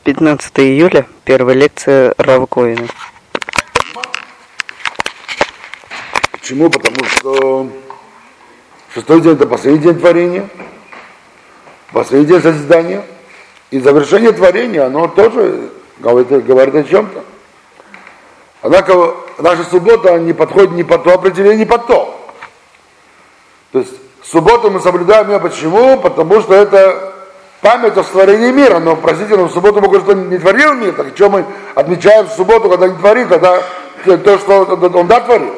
15 июля, первая лекция Рава Коэна. Почему? Потому что шестой день – это последний день творения, последний день созидания. И завершение творения, оно тоже говорит о чем-то. Однако наша суббота не подходит ни под то определение, ни под то. То есть субботу мы соблюдаем ее почему? Потому что это память о творении мира. Но, простите, но в субботу мы кое-что не творил мир. Так что мы отмечаем в субботу, когда не творит, когда то, что он творил.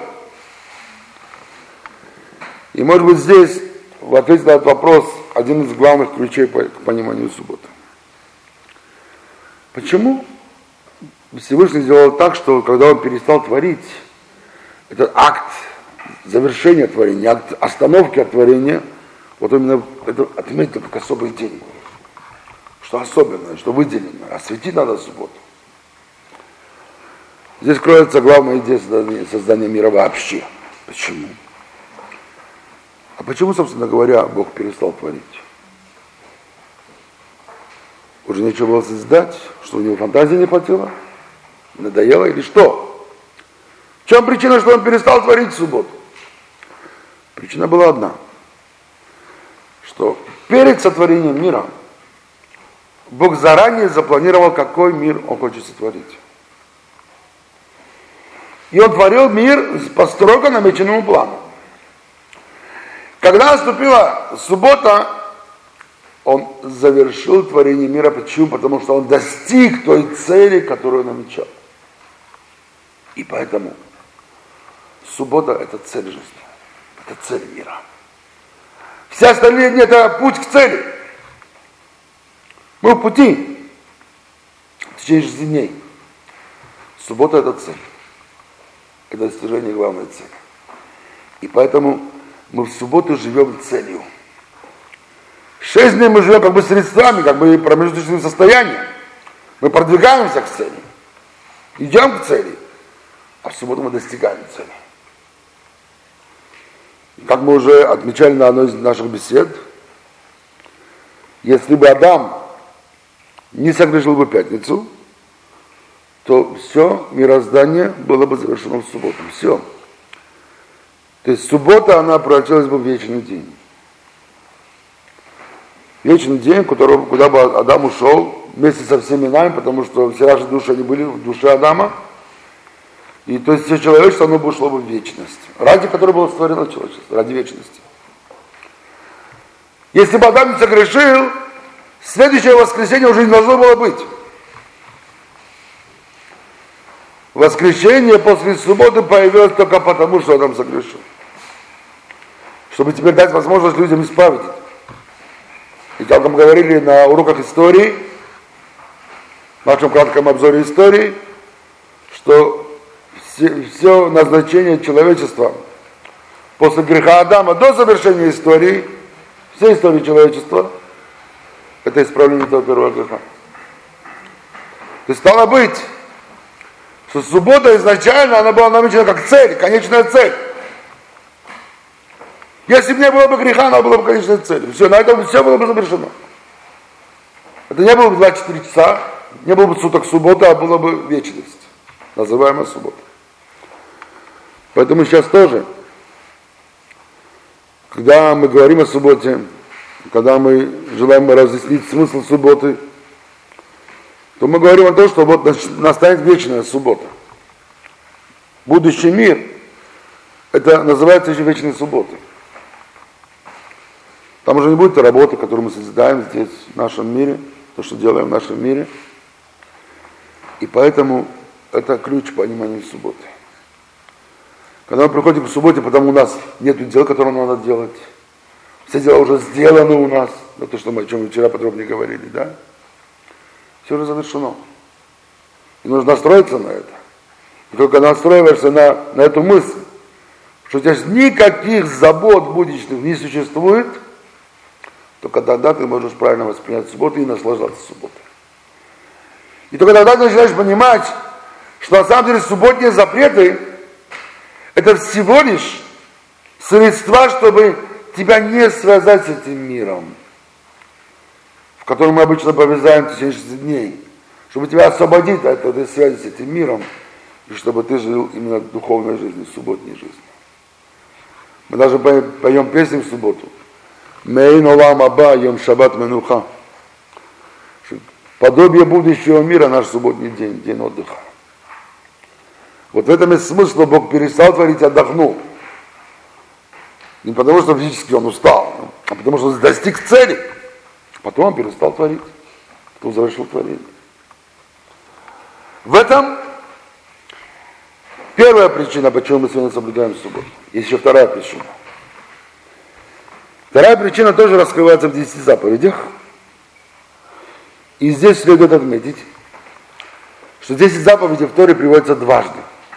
И может быть здесь, в ответе на этот вопрос, один из главных ключей к пониманию субботы. Почему Всевышний сделал так, что когда он перестал творить, этот акт завершения творения, акт остановки от творения, вот именно это отметить как особый день. Что особенное, что выделено. Осветить надо субботу. Здесь кроется главная идея создания мира вообще. Почему? А почему, собственно говоря, Бог перестал творить? Уже нечего было создать, что у него фантазии не хватило? Надоело или что? В чем причина, что он перестал творить в субботу? Причина была одна. Что перед сотворением мира Бог заранее запланировал, какой мир он хочет сотворить. И он творил мир по строго намеченному плану. Когда наступила суббота, он завершил творение мира. Почему? Потому что он достиг той цели, которую он намечал. И поэтому суббота – это цель жизни. Это цель мира. Все остальные дни – это путь к цели. Мы в пути в течение 6 дней. Суббота – это цель. Это достижение главной цели. И поэтому мы в субботу живем целью. 6 дней мы живем как бы средствами, как бы промежуточным состоянием. Мы продвигаемся к цели. Идем к цели. А в субботу мы достигаем цели. Как мы уже отмечали на одной из наших бесед, если бы Адам не согрешил бы пятницу, то все мироздание было бы завершено в субботу. Все. То есть суббота, она превратилась бы в вечный день. Вечный день, куда бы Адам ушел вместе со всеми нами, потому что все наши души, они были в душе Адама. И то есть все человечество, оно бы ушло бы в вечность, ради которой было створено человечество, ради вечности. Если бы Адам не согрешил, следующее воскресенье уже не должно было быть. Воскресенье после субботы появилось только потому, что Адам согрешил. Чтобы теперь дать возможность людям исправить это. И как мы говорили на уроках истории, в нашем кратком обзоре истории, что все назначение человечества после греха Адама до завершения истории, всей истории человечества, это исправление этого первого греха. То есть стало быть, что суббота изначально она была намечена как цель, конечная цель. Если бы не было бы греха, она была бы конечной целью. Все, на этом все было бы завершено. Это не было бы 24 часа, не было бы суток субботы, а была бы вечность, называемая суббота. Поэтому сейчас тоже, когда мы говорим о субботе, когда мы желаем разъяснить смысл субботы, то мы говорим о том, что вот настанет вечная суббота. Будущий мир, это называется еще вечной субботой. Там уже не будет работы, которую мы созидаем здесь, в нашем мире, то, что делаем в нашем мире. И поэтому это ключ к пониманию субботы. Когда мы приходим к субботе, потому у нас нет дел, которые надо делать. Все дела уже сделаны у нас. Это то, что мы, о чем мы вчера подробнее говорили, да? Все уже завершено. И нужно настроиться на это. И только настраиваешься на эту мысль, что у тебя никаких забот будничных не существует, только тогда ты можешь правильно воспринять субботу и наслаждаться субботой. И только тогда ты начинаешь понимать, что на самом деле субботние запреты это всего лишь средства, чтобы тебя не связать с этим миром, в котором мы обычно повязаем в течение 6 дней. чтобы тебя освободить от этой связи с этим миром, и чтобы ты жил именно духовной жизнью, субботней жизнью. Мы даже поем песню в субботу. Мейн олам аба йом шаббат менуха. Подобие будущего мира наш субботний день, день отдыха. Вот в этом есть смысл, что Бог перестал творить, отдохнул. Не потому, что физически он устал, а потому, что он достиг цели. Потом он перестал творить. Потом завершил творение. В этом первая причина, почему мы сегодня соблюдаем субботу. Есть еще вторая причина. Вторая причина тоже раскрывается в 10 заповедях. И здесь следует отметить, что 10 заповедей в Торе приводятся дважды.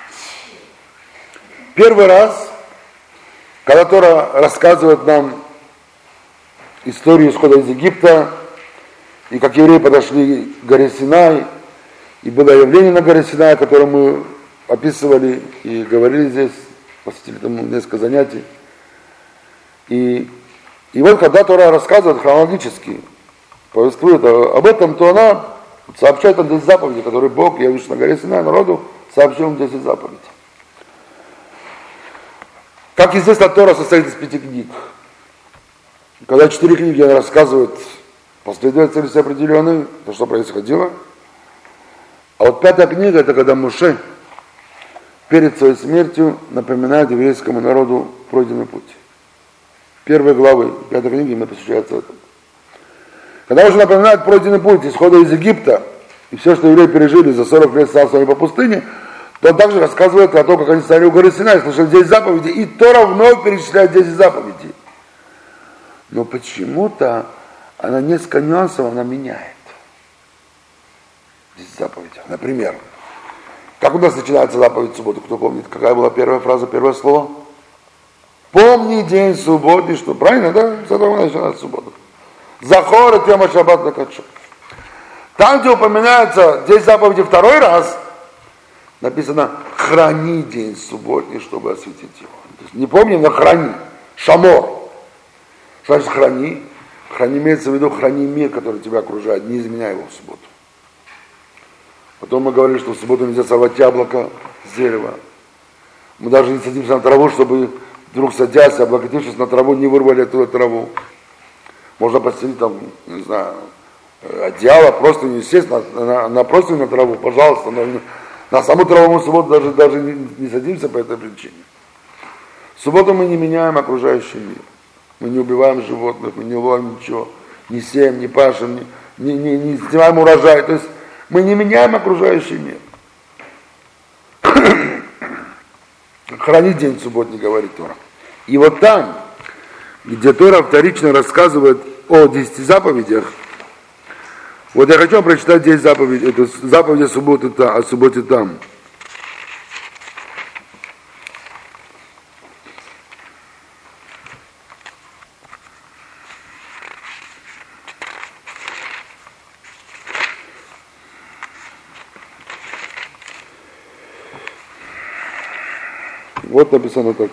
Первый раз, когда Тора рассказывает нам историю исхода из Египта, и как евреи подошли к горе Синай, и было явление на горе Синай, которое мы описывали и говорили здесь, посвятили тому несколько занятий. И вот когда Тора рассказывает хронологически, повествует об этом, то она сообщает нам 10 заповедей, которые Бог, явившись на горе Синай, народу, сообщил им 10 заповедей. Как известно, Тора состоит из 5 книг. Когда 4 книги она рассказывает последовательности определенные, то, что происходило. А вот 5-я книга, это когда Моше перед своей смертью напоминает еврейскому народу пройденный путь. Первые главы 5-й книги мы посвящаются этому. Когда уже напоминает пройденный путь исхода из Египта, и все, что евреи пережили за 40 лет царствования по пустыне, то он также рассказывает о том, как они стояли у горы Синай, слышали 10 заповедей, и Тора вновь перечисляет 10 заповедей. Но почему-то она несколько нюансов она меняет. 10 заповедей. Например, как у нас начинается заповедь в субботу? Кто помнит, какая была первая фраза, первое слово? Помни день субботы, что правильно, да? С этого начинается суббота. Захор и тема шаббат на качу. Там, где упоминается 10 заповедей второй раз, написано храни день субботний, чтобы осветить его. То есть, не помни, но храни. Шамор. Что значит храни? Храни имеется в виду храни мир, который тебя окружает, не изменяй его в субботу. Потом мы говорили, что в субботу нельзя сорвать яблоко с дерева. Мы даже не садимся на траву, чтобы вдруг садясь, облокотившись на траву, не вырвали эту траву. Можно постелить там, не знаю, одеяло, просто не сесть на простыню на траву, пожалуйста, но на саму траву мы в субботу даже не садимся по этой причине. В субботу мы не меняем окружающий мир. Мы не убиваем животных, мы не ловим ничего, не сеем, не пашем, не снимаем урожай. То есть мы не меняем окружающий мир. Храни день субботний, говорит Тора. И вот там, где Тора вторично рассказывает о 10 заповедях, вот я хочу вам прочитать 10 заповедей, это заповеди о субботе там. Вот написано так.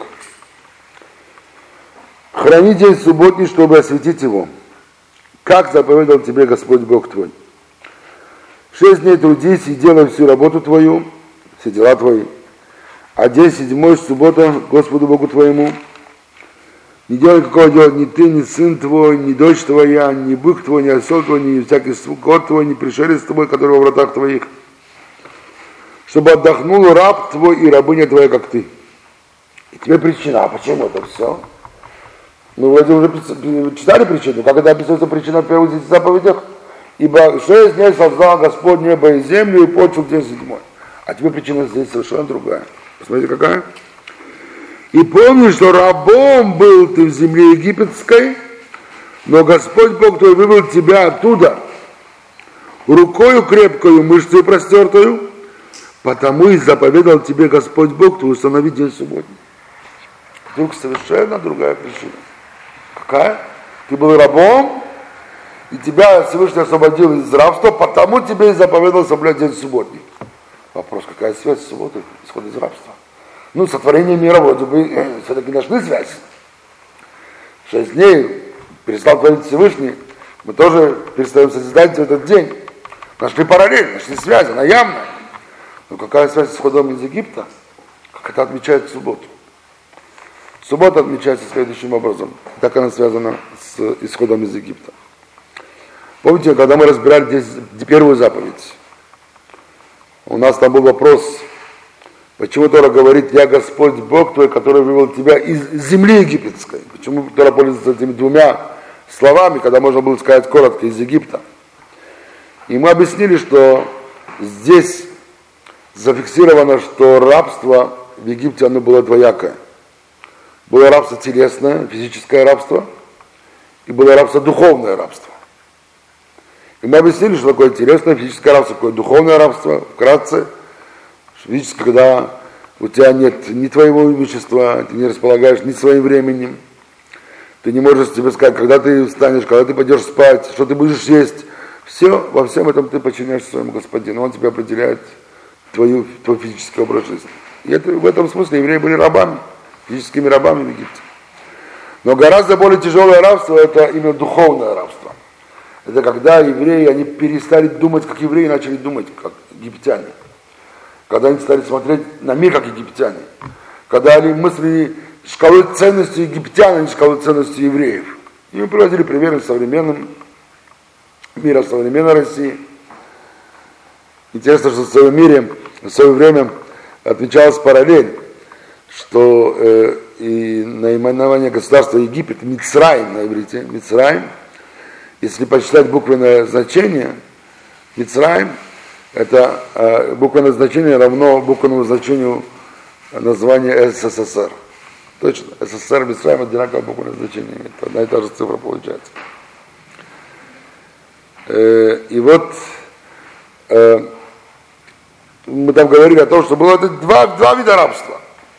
Храни день субботний, чтобы осветить его. Как заповедал тебе Господь Бог твой. 6 дней трудись и делай всю работу твою, все дела твои. А день 7 суббота Господу Богу твоему. Не делай никакого дела ни ты, ни сын твой, ни дочь твоя, ни бык твой, ни осел твой, ни всякий скот твой, ни пришелец твой, который во вратах твоих. Чтобы отдохнул раб твой и рабыня твоя, как ты. И тебе причина. А почему это все? Мы вроде уже читали причину. Как это описывается причина в первых 10 заповедях? Ибо 6 дней создал Господь небо и землю и почву в день 7. А теперь причина здесь совершенно другая. Посмотрите, какая. И помни, что рабом был ты в земле египетской, но Господь Бог твой вывел тебя оттуда рукою крепкою, мышцей простертою, потому и заповедал тебе Господь Бог твой установить день субботний. Вдруг совершенно другая причина. Какая? Ты был рабом, и тебя Всевышний освободил из рабства, потому тебе и заповедал соблюдать день субботний. Вопрос, какая связь с субботой, исход из рабства? Ну, сотворение мира вроде бы все-таки нашли связь. 6 дней перестал творить Всевышний, мы тоже перестаем созидать в этот день. Нашли параллель, нашли связь, она явная. Но какая связь с исходом из Египта? Как это отмечает субботу? Суббота отмечается следующим образом. Так она связана с исходом из Египта. Помните, когда мы разбирали здесь первую заповедь, у нас там был вопрос, почему Тора говорит: «Я Господь Бог твой, который вывел тебя из земли египетской». Почему Тора пользуется этими двумя словами, когда можно было сказать коротко: из Египта? И мы объяснили, что здесь зафиксировано, что рабство в Египте, оно было двоякое. Было рабство телесное, физическое рабство, и было рабство духовное рабство. И мы объяснили, что такое телесное, физическое рабство, такое духовное рабство, вкратце. Физически, когда у тебя нет ни твоего имущества, ты не располагаешь ни своим временем, ты не можешь себе сказать, когда ты встанешь, когда ты пойдешь спать, что ты будешь есть. Все, во всем этом ты подчиняешься своему Господину, он тебя определяет твой физический образ жизни. И это, в этом смысле евреи были рабами, физическими рабами в Египте. Но гораздо более тяжелое рабство — это именно духовное рабство. Это когда евреи, они перестали думать, как евреи, начали думать, как египтяне. Когда они стали смотреть на мир, как египтяне. Когда они мыслили шкалой ценностей египтян, а не шкалой ценностей евреев. И мы приводили примеры современным мира, в современной России. Интересно, что в своем мире, в свое время отмечалась параллель, что и наименование государства Египет, Мицраим на иврите, Мицраим, если посчитать буквенное значение, Мицраим, это буквенное значение равно буквенному значению названия СССР. Точно, СССР и Мицраим одинаковое буквенное значение, это одна и та же цифра получается. И вот мы там говорили о том, что было два вида рабства.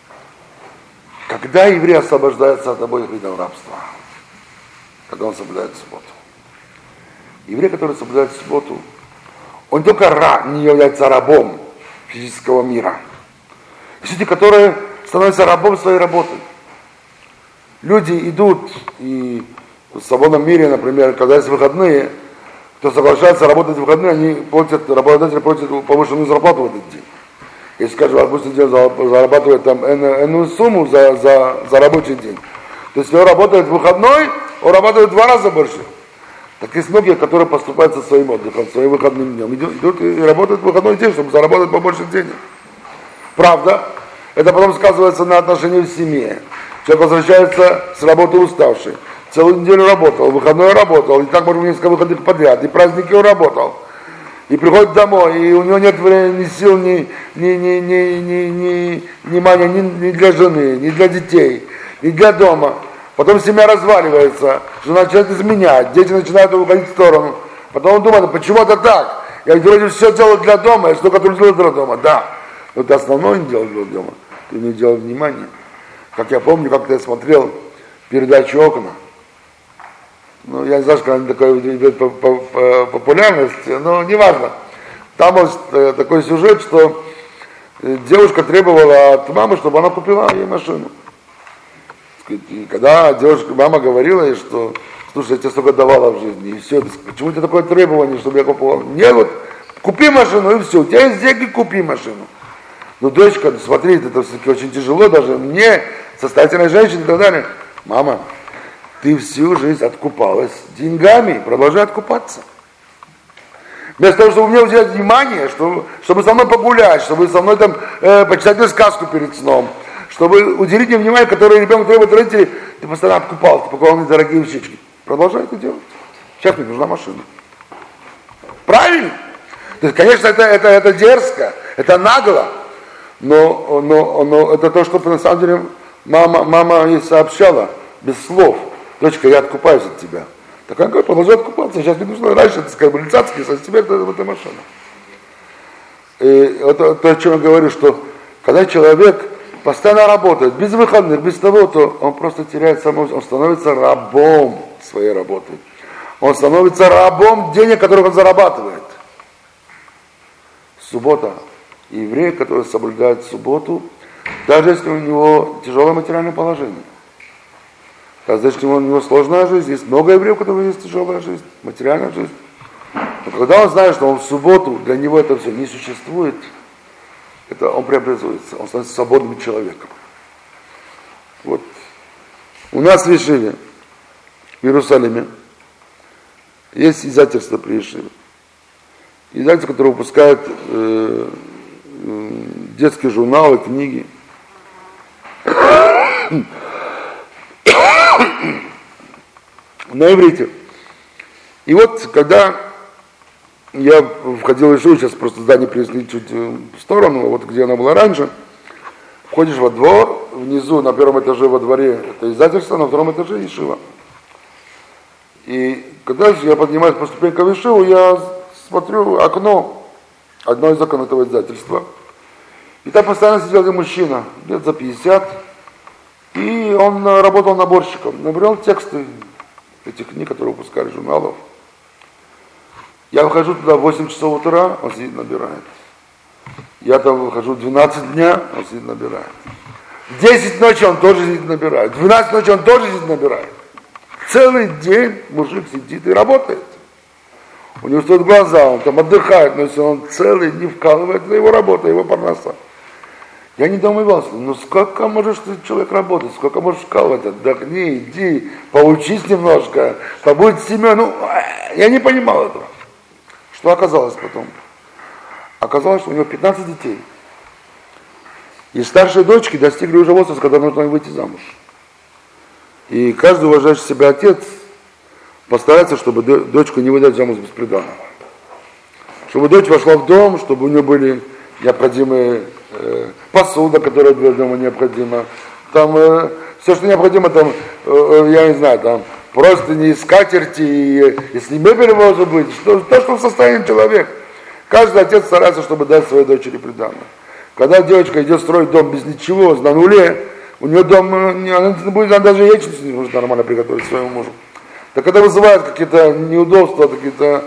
Когда еврей освобождается от обоих видов рабства? Когда он соблюдает субботу. Еврей, который соблюдает субботу, он не только не является рабом физического мира. Есть люди, которые становятся рабом своей работы. Люди идут и в свободном мире, например, когда есть выходные, кто соглашается работать в выходные, работодатели платят повышенную зарплату в этот день. Если, скажем, рабочий день зарабатывает там энную сумму за рабочий день, то если он работает в выходной, он работает в 2 раза больше. Так есть многие, которые поступают со своим отдыхом, своим выходным днем, идут и работают в выходной день, чтобы заработать побольше денег. Правда, это потом сказывается на отношении в семье. Человек возвращается с работы уставший, целую неделю работал, выходной работал, и так, может, несколько выходных подряд, и праздники он работал. И приходит домой, и у него нет времени, ни сил, ни внимания ни для жены, ни для детей, ни для дома. Потом семья разваливается, жена начинает изменять, дети начинают уходить в сторону. Потом он думает: почему это так? Я ведь вроде все делал для дома, я столько трудился для дома. Да, но ты основное не делал для дома, ты не делал внимания. Как я помню, как-то я смотрел передачу «Окна». Ну, я не знаю, что она такая идет по популярности, но неважно. Там вот такой сюжет, что девушка требовала от мамы, чтобы она купила ей машину. И когда мама говорила ей, что: слушай, я тебе столько давала в жизни, и все, почему у тебя такое требование, чтобы я купила? Нет, вот купи машину, и все, у тебя есть деньги, купи машину. Ну, дочка, смотри, это все-таки очень тяжело, даже мне, состоятельной женщине и так далее. Мама, ты всю жизнь откупалась деньгами, продолжай откупаться. Вместо того, чтобы мне уделять внимание, чтобы со мной погулять, чтобы со мной там почитать мне сказку перед сном, чтобы уделить мне внимание, которое ребенок требует от родителей, ты постоянно откупал, ты покупал мне дорогие вещички. Продолжай это делать. Сейчас мне нужна машина. Правильно? То есть, конечно, это дерзко, это нагло, но это то, что на самом деле мама ей сообщала без слов. Дочка, я откупаюсь от тебя. Так она говорит: продолжай откупаться. Сейчас мне нужно раньше, это как бы лицацкий, а теперь это эта машина. И это то, о чем я говорю, что когда человек постоянно работает, без выходных, без того, то он просто теряет самого, он становится рабом своей работы. Он становится рабом денег, которых он зарабатывает. Суббота. Еврей, который соблюдает субботу, даже если у него тяжелое материальное положение. Даже если у него сложная жизнь, есть много евреев, у которых есть тяжелая жизнь, материальная жизнь. Но когда он знает, что он в субботу, для него это все не существует, это он преобразуется, он становится свободным человеком. Вот. У нас в Ешиве, в Иерусалиме, есть издательство при Ешиве. Издательство, которое выпускает детские журналы, книги. На иврите. И вот, когда я входил в Ешиву, сейчас просто здание перенесли чуть в сторону, вот где она была раньше, входишь во двор, внизу, на первом этаже во дворе, это издательство, на втором этаже Ешива. И когда я поднимаюсь по ступенькам в Ешиву, я смотрю окно, одно из окон этого издательства. И там постоянно сидел один мужчина, лет за 50, и он работал наборщиком, набирал тексты этих книг, которые выпускали журналов. Я выхожу туда в 8 часов утра, он сидит, набирает. Я там выхожу в 12 дня, он сидит, набирает. В 10 ночи он тоже сидит, набирает. В 12 ночи он тоже сидит, набирает. Целый день мужик сидит и работает. У него стоят глаза, он там отдыхает, но если он целый не вкалывает, это его работа, его парноса. Я не недоумевался, ну сколько можешь ты, человек, работать, сколько можешь вкалывать, отдохни, иди, поучись немножко, побудь с семьей. Ну, я не понимал этого. Что оказалось потом? Оказалось, что у него 15 детей. И старшие дочки достигли уже возраста, когда нужно выйти замуж. И каждый уважающий себя отец постарается, чтобы дочку не выдать замуж без приданого. Чтобы дочь вошла в дом, чтобы у нее были необходимые посуда, которая для дома необходима. Там все, что необходимо, там, я не знаю, там простыни, скатерти, если мебель может быть, то, что в состоянии человек. Каждый отец старается, чтобы дать своей дочери приданое. Когда девочка идет строить дом без ничего, на нуле, у нее дом, она даже яичницу не может нормально приготовить своему мужу. Так это вызывает какие-то неудобства, какие-то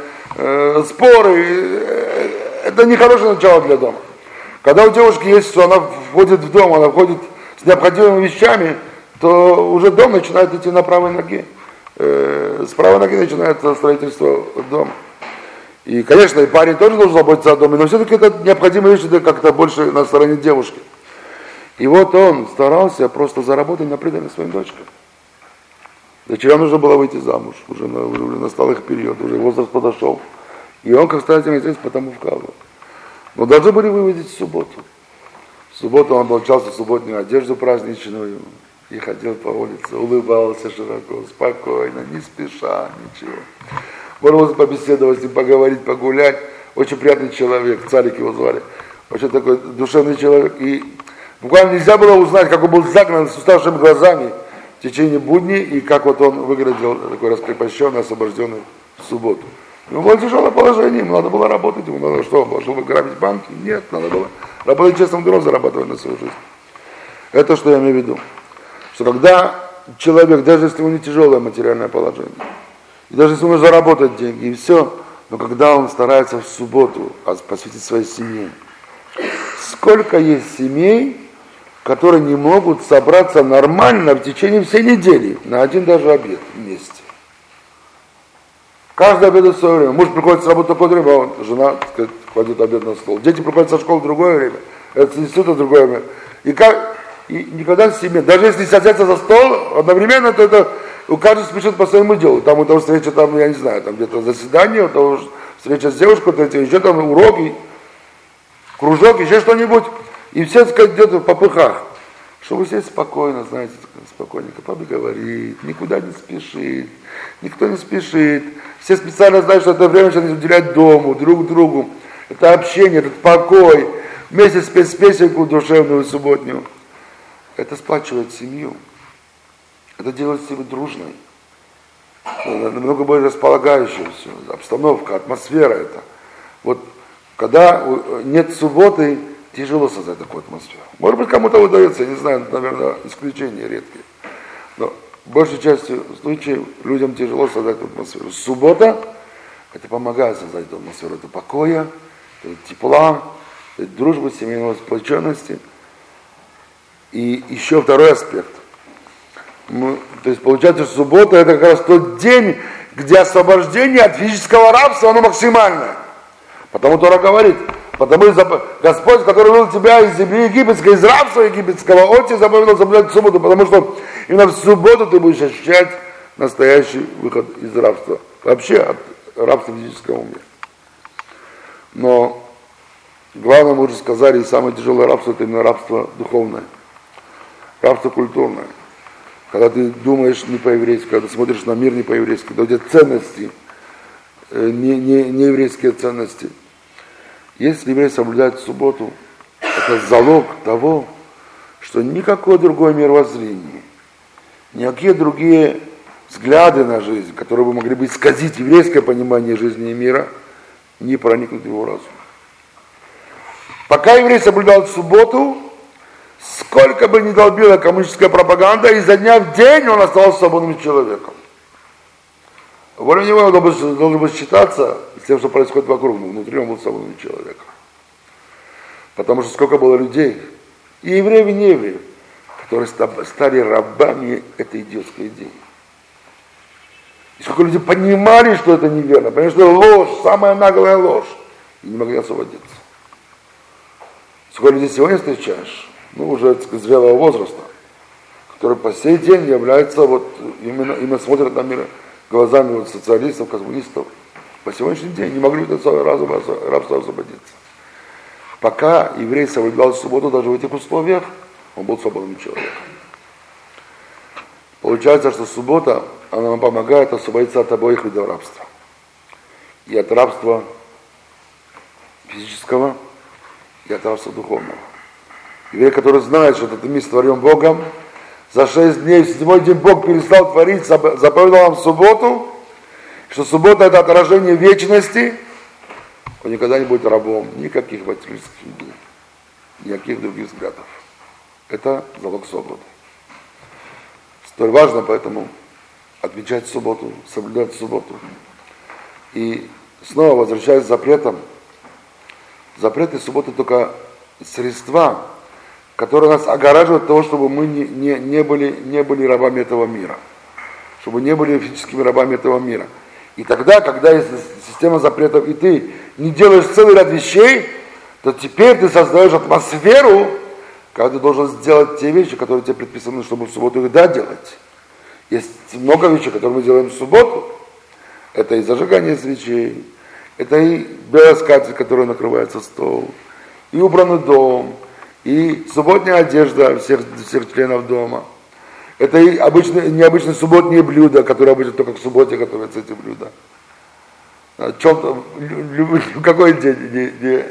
споры. Это нехорошее начало для дома. Когда у девушки есть, что она входит в дом, она входит с необходимыми вещами, то уже дом начинает идти на правой ноге. С правой ноги начинается строительство дома. И, конечно, и парень тоже должен заботиться о доме, но все-таки это необходимые вещи как-то больше на стороне девушки. И вот он старался просто заработать на преданность своим дочкам. Дочерям нужно было выйти замуж, уже настал их период, уже возраст подошел. И он, как старательный отец, потому вкалывал. Но должны были вывозить в субботу. В субботу он облачался в субботнюю одежду праздничную и ходил по улице, улыбался широко, спокойно, не спеша, ничего. Можно побеседовать с ним, поговорить, погулять. Очень приятный человек, Царик его звали. Очень такой душевный человек. И буквально нельзя было узнать, как он был загнан с уставшими глазами в течение будней, и как вот он выглядел такой раскрепощенный, освобожденный в субботу. Ему было тяжелое положение, ему надо было работать, ему надо что, должен был грабить банки? Нет, надо было работать честным трудом, зарабатывать на свою жизнь. Это что я имею в виду. Что когда человек, даже если у него тяжелое материальное положение, и даже если он может заработать деньги, и все, но когда он старается в субботу посвятить своей семье, сколько есть семей, которые не могут собраться нормально в течение всей недели, на один даже обед вместе. Каждый обедает в свое время. Муж приходит с работы в такое время, а жена, так сказать, кладет обед на стол. Дети приходят со школы в другое время, это с института в другое время. И никогда в семье, даже если садятся за стол одновременно, то это каждый спешит по своему делу. Там у того встреча, там, я не знаю, там где-то заседание, у того встреча с девушкой, еще там уроки, кружок, еще что-нибудь. И все, так сказать, где-то в попыхах. Чтобы сесть спокойно, знаете, спокойненько поговорить, никуда не спешит, никто не спешит. Все специально знают, что это время сейчас уделять дому, друг другу. Это общение, этот покой, вместе спеть песенку душевную субботнюю. Это сплачивает семью. Это делает семью дружной. Намного более располагающей все. Обстановка, атмосфера это. Вот когда нет субботы, тяжело создать такую атмосферу. Может быть, кому-то удается, я не знаю, наверное, исключения редкие. Но большей частью случаев людям тяжело создать эту атмосферу. Суббота, это помогает создать эту атмосферу. Это покоя, это тепла, это дружбы, семейной сплоченности. И еще второй аспект. То есть получается, что суббота это как раз тот день, где освобождение от физического рабства, оно максимальное. Потому Тора говорит, потому Господь, который вывел тебя из земли египетской, из рабства египетского, Он тебе заповедал соблюдать субботу, потому что именно в субботу ты будешь ощущать настоящий выход из рабства. Вообще от рабства физического мира. Но главное, мы уже сказали, самое тяжелое рабство, это именно рабство духовное. Рабство культурное. Когда ты думаешь не по-еврейски, когда ты смотришь на мир не по-еврейски, когда у тебя ценности, не еврейские ценности. Если еврей соблюдает субботу, это залог того, что никакое другое мировоззрение, никакие другие взгляды на жизнь, которые бы могли бы исказить еврейское понимание жизни и мира, не проникнут в его разум. Пока еврей соблюдал субботу, сколько бы ни долбила коммунистическая пропаганда, изо дня в день он оставался свободным человеком. Воля него должен был считаться с тем, что происходит вокруг, но внутри он был свободным человеком. Потому что сколько было людей, и евреев, и неевреев, которые стали рабами этой идиотской идеи. И сколько людей понимали, что это неверно, понимали, что это ложь, самая наглая ложь, и не могли освободиться. Сколько людей сегодня встречаешь, уже зрелого возраста, которые по сей день являются, именно смотрят на мир глазами социалистов, коммунистов, по сегодняшний день не могли от рабства освободиться. Пока еврей соблюдал субботу даже в этих условиях, он был свободным человеком. Получается, что суббота, она нам помогает освободиться от обоих видов рабства. И от рабства физического, и от рабства духовного. Еврей, который знает, что этот мир створен Богом, за 6 дней, в 7-й день Бог перестал творить, заповедал нам субботу, что суббота это отражение вечности, он никогда не будет рабом никаких материальских людей, никаких других взглядов. Это залог свободы. Столь важно поэтому отмечать субботу, соблюдать субботу. И снова возвращаясь к запретам, запреты субботы только средства, которые нас огораживают от того, чтобы мы не были рабами этого мира, чтобы не были физическими рабами этого мира. И тогда, когда есть система запретов, и ты не делаешь целый ряд вещей, то теперь ты создаешь атмосферу, когда ты должен сделать те вещи, которые тебе предписаны, чтобы в субботу их делать. Есть много вещей, которые мы делаем в субботу. Это и зажигание свечей, это и белая скатерть, которая накрывается стол, и убранный дом, и субботняя одежда всех членов дома. Это и необычные субботние блюда, которые обычно только в субботе готовятся эти блюда. В какой день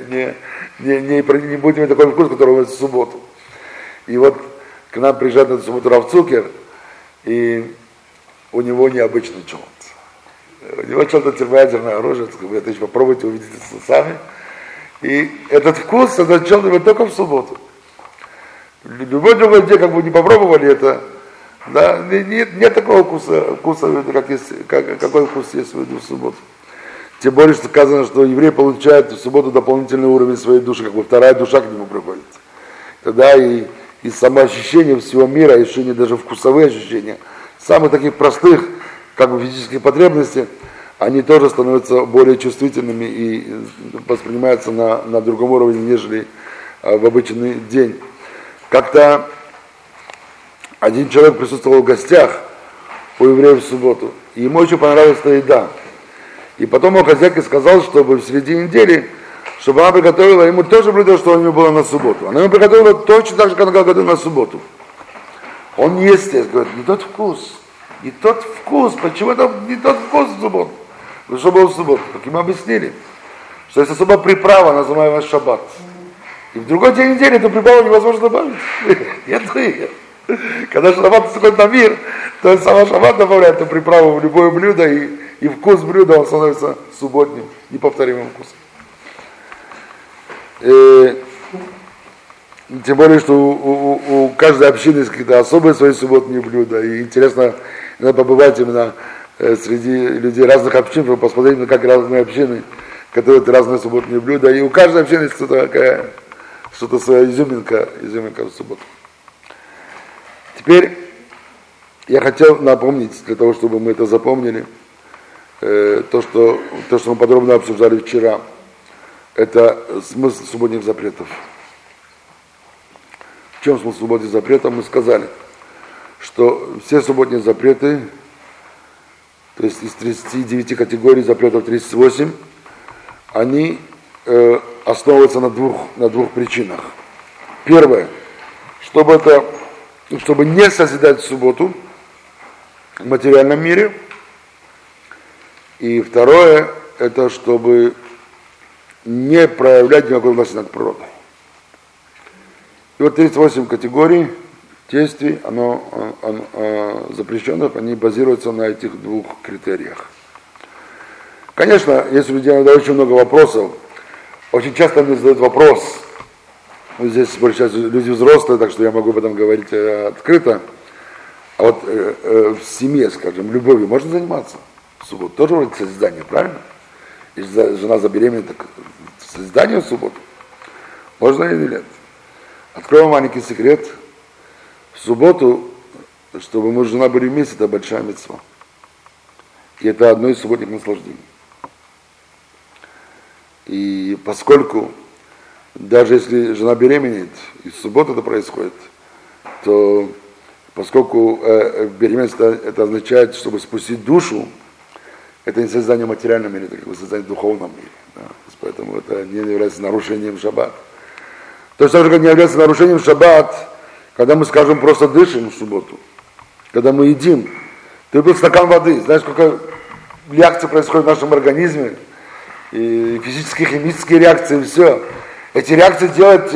не будет иметь такой вкус, который у нас в субботу. И вот к нам приезжает на эту субботу Рав Цукер, и у него необычный челт. У него челт термоядерное оружие, это еще попробуйте, увидите сами. И этот вкус, этот челт только в субботу. Любой другой день, как бы не попробовали это, да, нет такого вкуса какой вкус есть в субботу. Тем более, что сказано, что еврей получает в субботу дополнительный уровень своей души, как бы вторая душа к нему приходит. Тогда и самоощущение всего мира, ощущение даже вкусовые ощущения, самых таких простых, как бы физических потребностей, они тоже становятся более чувствительными и воспринимаются на другом уровне, нежели в обычный день. Как-то один человек присутствовал в гостях у евреев в субботу, и ему очень понравилась эта еда. И потом его хозяйка сказал, чтобы в середине недели, чтобы она приготовила ему то же блюдо, что у него было на субботу. Она ему приготовила точно так же, как она готовила на субботу. Он не ест, говорит, не тот вкус, почему это не тот вкус в субботу? Что было в субботу? Как ему объяснили, что есть особая приправа, называемая шаббат. И в другой день недели эту приправу невозможно добавить. Нету ее. Когда шаббат приходит на мир, то сама шаббат добавляет эту приправу в любое блюдо, и вкус блюда он становится субботним, неповторимым вкусом. Тем более, что у каждой общины есть какие-то особые свои субботние блюда. И интересно надо побывать именно среди людей разных общин, чтобы посмотреть, как разные общины готовят разные субботние блюда. И у каждой общины есть что-то своя изюминка в субботу. Теперь я хотел напомнить, для того, чтобы мы это запомнили, то, что мы подробно обсуждали вчера, это смысл субботних запретов. В чем смысл субботних запретов? Мы сказали, что все субботние запреты, то есть из 39 категорий запретов 38, они основываются на двух причинах. Первое, чтобы не созидать в субботу в материальном мире. И второе, это чтобы не проявлять никакой власти над природой. И вот 38 категорий действий, запрещенных, они базируются на этих двух критериях. Конечно, есть у людей иногда очень много вопросов. Очень часто мне задают вопрос, здесь сейчас люди взрослые, так что я могу об этом говорить открыто, а вот в семье, скажем, любовью можно заниматься в субботу? Тоже вроде созидание, правильно? Если жена забеременела, так созидание в субботу. Можно или нет? Открою вам маленький секрет. В субботу, чтобы муж и жена были вместе, это большая мицва. И это одно из субботних наслаждений. И поскольку даже если жена беременеет, и в субботу это происходит, то поскольку беременность это означает, чтобы спустить душу, это не создание в материальном мире, это как бы создание в духовном мире. Да? Поэтому это не является нарушением шаббат. Точно так же, как не является нарушением шаббат, когда мы, скажем, просто дышим в субботу, когда мы едим. Ты выпил стакан воды, знаешь, сколько реакций происходит в нашем организме, и физические, химические реакции, все. Эти реакции делать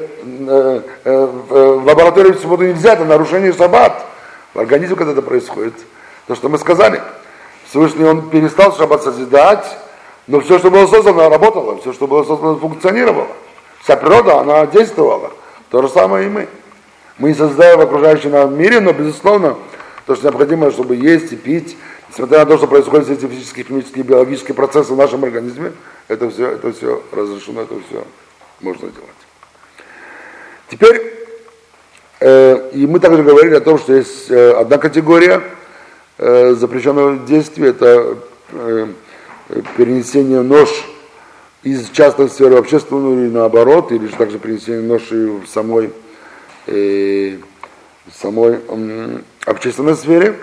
в лаборатории в субботу нельзя, это нарушение шаббат. В организме, когда это происходит, то, что мы сказали, Всевышний он перестал шаббат созидать, но все, что было создано, работало, все, что было создано, функционировало. Вся природа, она действовала. То же самое и мы. Мы не создаем в окружающем нам мире, но, безусловно, то, что необходимо, чтобы есть и пить, несмотря на то, что происходят все эти физические, химические, биологические процессы в нашем организме, это все разрешено, это все можно делать. Теперь, и мы также говорили о том, что есть одна категория запрещенного действия, это перенесение нож из частной сферы в общественную или наоборот, или же также перенесение нож в самой общественной сфере.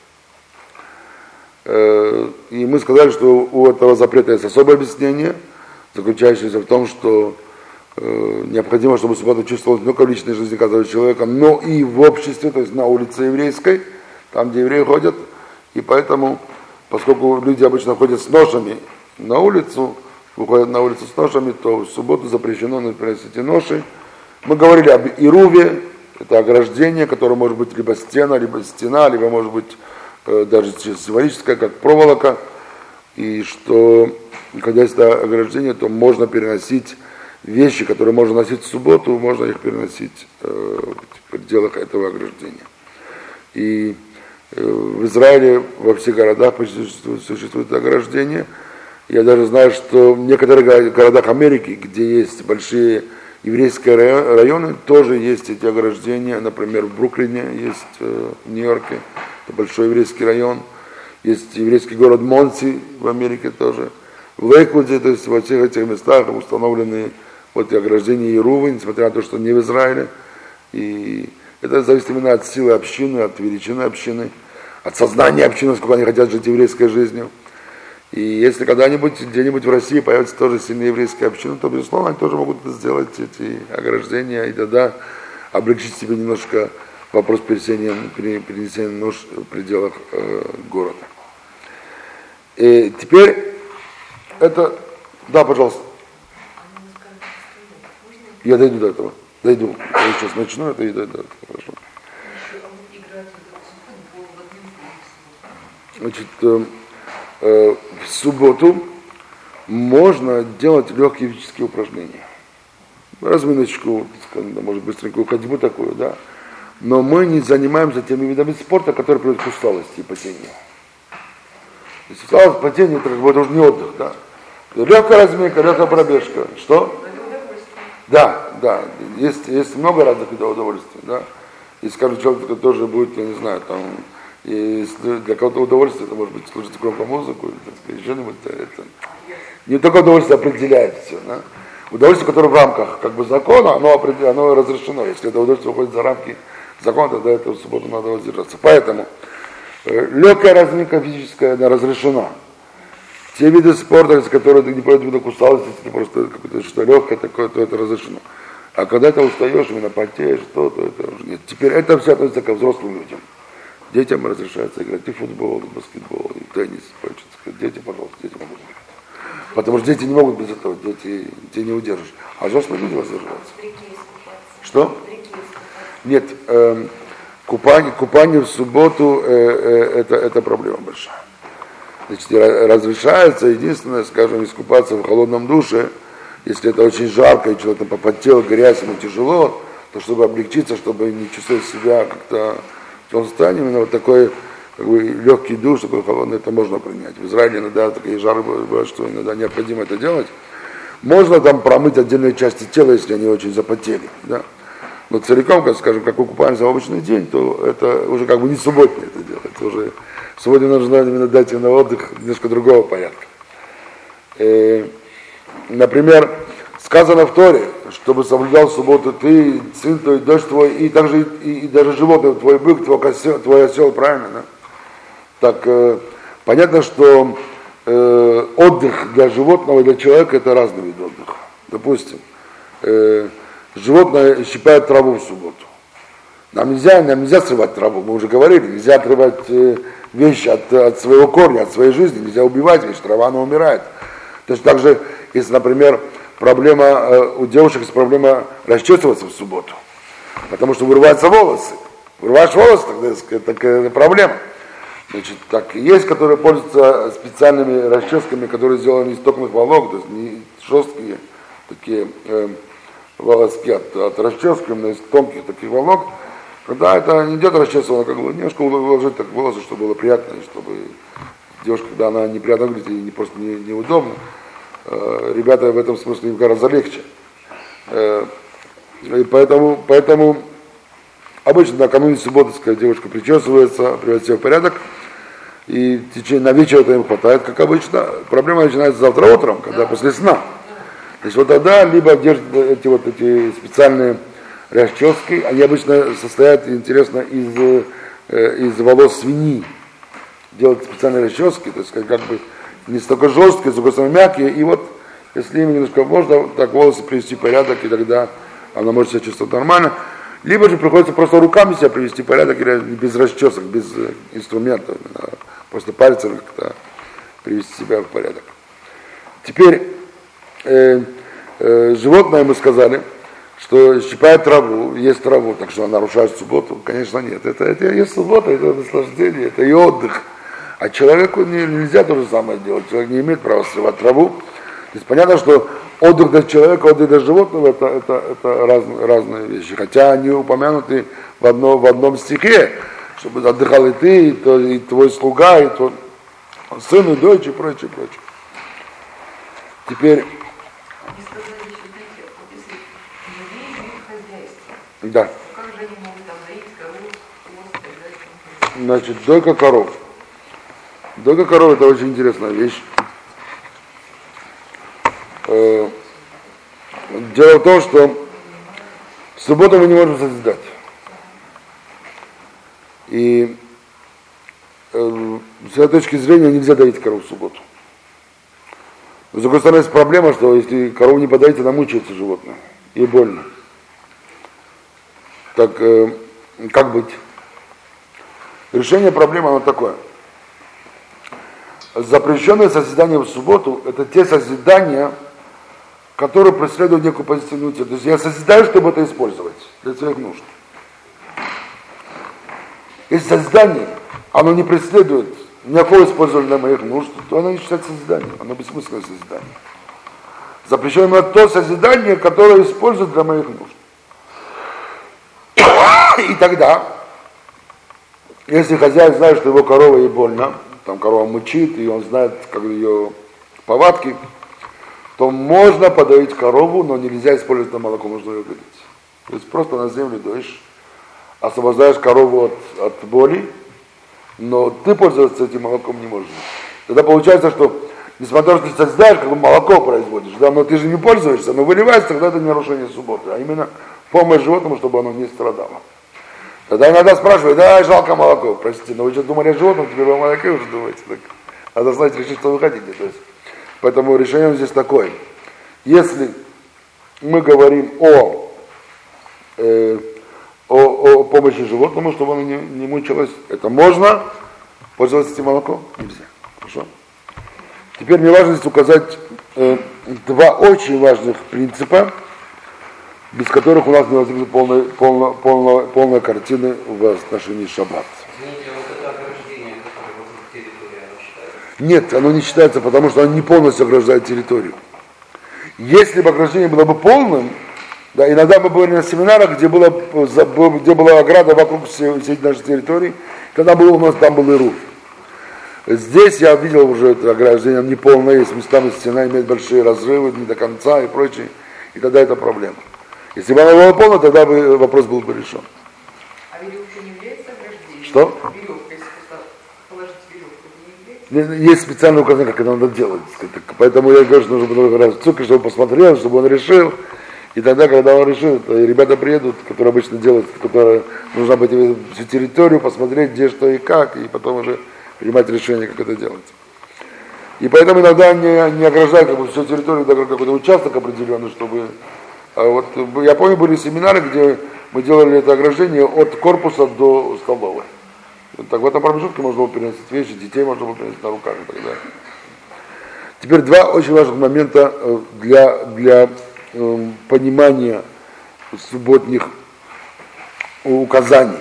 И мы сказали, что у этого запрета есть особое объяснение, заключающееся в том, что необходимо, чтобы суббота чувствовалась не только в личной жизни каждого человека, но и в обществе, то есть на улице еврейской, там, где евреи ходят. И поэтому, поскольку люди обычно ходят с ношами на улицу, выходят на улицу с ношами, то в субботу запрещено приносить эти ноши. Мы говорили об ируве, это ограждение, которое может быть либо стена, либо может быть даже символическое, как проволока. И что, когда есть это ограждение, то можно переносить вещи, которые можно носить в субботу, можно их переносить в пределах этого ограждения. И в Израиле во всех городах существует ограждение. Я даже знаю, что в некоторых городах Америки, где есть большие еврейские районы, тоже есть эти ограждения. Например, в Бруклине есть, в Нью-Йорке, это большой еврейский район. Есть еврейский город Монси в Америке тоже. В Лейквуде, то есть во всех этих местах установлены вот эти ограждения Ерувы, несмотря на то, что не в Израиле. И это зависит именно от силы общины, от величины общины, от сознания общины, сколько они хотят жить еврейской жизнью. И если когда-нибудь, где-нибудь в России появится тоже сильная еврейская община, то, безусловно, они тоже могут сделать эти ограждения и тогда облегчить себе немножко вопрос перенесения нож в пределах города. И теперь это... Да, пожалуйста. Я дойду до этого. Дойду. Я сейчас начну это и дойду. Хорошо. Значит, в субботу можно делать легкие физические упражнения. Разминочку, может, быстренькую ходьбу такую, да. Но мы не занимаемся теми видами спорта, которые приводят к усталости и потению. То есть усталость, потение, это как бы уже не отдых, да. Легкая разминка, легкая пробежка. Что? Да. Есть много разных видов удовольствия, да. И, скажем, человек тоже будет, я не знаю, там, И для кого-то удовольствие, это может быть слушать громкую музыку, или, так сказать, что-нибудь, это не только удовольствие определяет все, да? Удовольствие, которое в рамках как бы закона, оно разрешено. Если это удовольствие выходит за рамки закона, тогда это в субботу надо воздержаться. Поэтому легкая разминка физическая, она разрешена. Те виды спорта, которые ты не против вида усталости, это просто какое-то что легкое такое, то это разрешено. А когда ты устаешь, именно потеешь, то это уже нет. Теперь это все относится ко взрослым людям. Детям разрешается играть и в футбол, и в баскетбол, и в теннис. Дети, пожалуйста, дети могут играть. Потому что дети не могут без этого, дети не удержишь. А взрослые люди воздерживаются. Что? Нет, купание в субботу это проблема большая. Значит, разрешается, единственное, скажем, искупаться в холодном душе, если это очень жарко, и человек там попотел, грязь, ему тяжело, то чтобы облегчиться, чтобы не чувствовать себя как-то в том состоянии, именно вот такой как бы, легкий душ, такой холодный, это можно принять. В Израиле иногда такие жары бывают, что иногда необходимо это делать. Можно там промыть отдельные части тела, если они очень запотели, да. Но целиком, как скажем, как мы купаемся в обычный день, то это уже как бы не субботнее это дело. Это уже сегодня нужно именно дать им на отдых немножко другого порядка. Например, сказано в Торе, чтобы соблюдал субботу ты, сын твой, дочь твой, и также и даже животное, твой бык, твой осел, правильно, да? Так, понятно, что отдых для животного и для человека это разный вид отдыха. Допустим, животное щипает траву в субботу. Нам нельзя срывать траву, мы уже говорили, нельзя отрывать вещь от своего корня, от своей жизни, нельзя убивать вещь, трава, она умирает. Точно так же, если, например, у девушек есть проблема расчесываться в субботу, потому что вырываются волосы. Вырываешь волосы, тогда это проблема. Значит, так, есть, которые пользуются специальными расческами, которые сделаны из токных волокон, то есть не жесткие такие волоски от расчески, именно из тонких таких волок. Когда это не идет расчесывано, как бы немножко уложить так волосы, чтобы было приятно, и чтобы девушка, когда она неприятно выглядит, ей просто неудобно. Ребята в этом смысле им гораздо легче. И поэтому обычно накануне субботы, когда девушка причесывается, приводит себя в порядок, и на вечер это им хватает, как обычно. Проблема начинается завтра утром, когда после сна. То есть вот тогда либо держат эти специальные расчески, они обычно состоят, интересно, из волос свиньи. Делают специальные расчески, то есть как бы не столько жесткие, с другой стороны мягкие, и вот если им немножко можно так волосы привести в порядок, и тогда она может себя чувствовать нормально. Либо же приходится просто руками себя привести в порядок, или без расчесок, без инструментов, просто пальцами как-то привести себя в порядок. Теперь животное, мы сказали, что щипает траву, ест траву, так что она нарушает субботу. Конечно, нет. Это есть суббота, это наслаждение, это и отдых. А человеку нельзя то же самое делать. Человек не имеет права срывать траву. То есть понятно, что отдых для человека, отдых для животного это разные вещи. Хотя они упомянуты в одном стихе, чтобы отдыхал и ты, и твой слуга, и твой сын, и дочь, и прочее. Теперь. Да. Как же они могут там доить коров, хвост и так далее? Значит, дойка коров. Дойка коров это очень интересная вещь. Дело в том, что в субботу мы не можем созидать. И с этой точки зрения нельзя доить корову в субботу. Но с другой стороны, есть проблема, что если корову не подоить, она мучается животное. Ей больно. Так как быть? Решение проблемы оно такое. Запрещенное созидание в субботу это те созидания, которые преследуют некую позитивную цель. То есть я созидаю, чтобы это использовать для своих нужд. Если созидание, оно не преследует никакого использования для моих нужд, то оно не считается созиданием, оно бессмысленное созидание. Запрещено то созидание, которое использует для моих нужд. И тогда, если хозяин знает, что его корова ей больно, там корова мучит, и он знает, как ее повадки, то можно подоить корову, но нельзя использовать на молоко, можно ее выдать. То есть просто на землю доишь, освобождаешь корову от боли, но ты пользоваться этим молоком не можешь. Тогда получается, что несмотря на то, что ты создаешь, как бы молоко производишь, да, но ты же не пользуешься, но выливается, тогда это не нарушение субботы, а именно помощь животному, чтобы оно не страдало. Тогда иногда спрашивают, да, жалко молоко, простите, но вы что думали о животном, теперь вы о молоке уже думаете. Так, надо знать, решить, что вы хотите. То есть, поэтому решение здесь такое. Если мы говорим о помощи животному, чтобы оно не мучилось, это можно, пользоваться этим молоком нельзя. Хорошо? Теперь мне важно здесь указать два очень важных принципа, без которых у нас не возникнет полная картина в отношении шаббата. Извините, вот это ограждение, которое вокруг территории, оно считается? Нет, оно не считается, потому что оно не полностью ограждает территорию. Если бы ограждение было бы полным, да, иногда мы были на семинарах, где была ограда вокруг всей нашей территории, когда у нас там был и руф. Здесь я видел уже это ограждение неполное, есть местами стена имеет большие разрывы, не до конца и прочее, и тогда это проблема. Если бы оно было полное, тогда бы вопрос был бы решен. А веревка не является ограждением? Что? Веревка, если положить веревку, это не является? Есть специальное указание, как это надо делать. Поэтому я говорю, что нужно много раз цукер, чтобы посмотрел, чтобы он решил. И тогда, когда он решит, ребята приедут, которые обычно делают, которые нужно обойти всю территорию, посмотреть, где, что и как, и потом уже принимать решение, как это делать. И поэтому иногда не ограждают как бы, всю территорию, даже какой-то участок определенный, чтобы... А вот, я помню, были семинары, где мы делали это ограждение от корпуса до столовой. Так в этом промежутке можно было переносить вещи, детей можно было переносить на руках и так далее. Теперь два очень важных момента для понимания субботних указаний.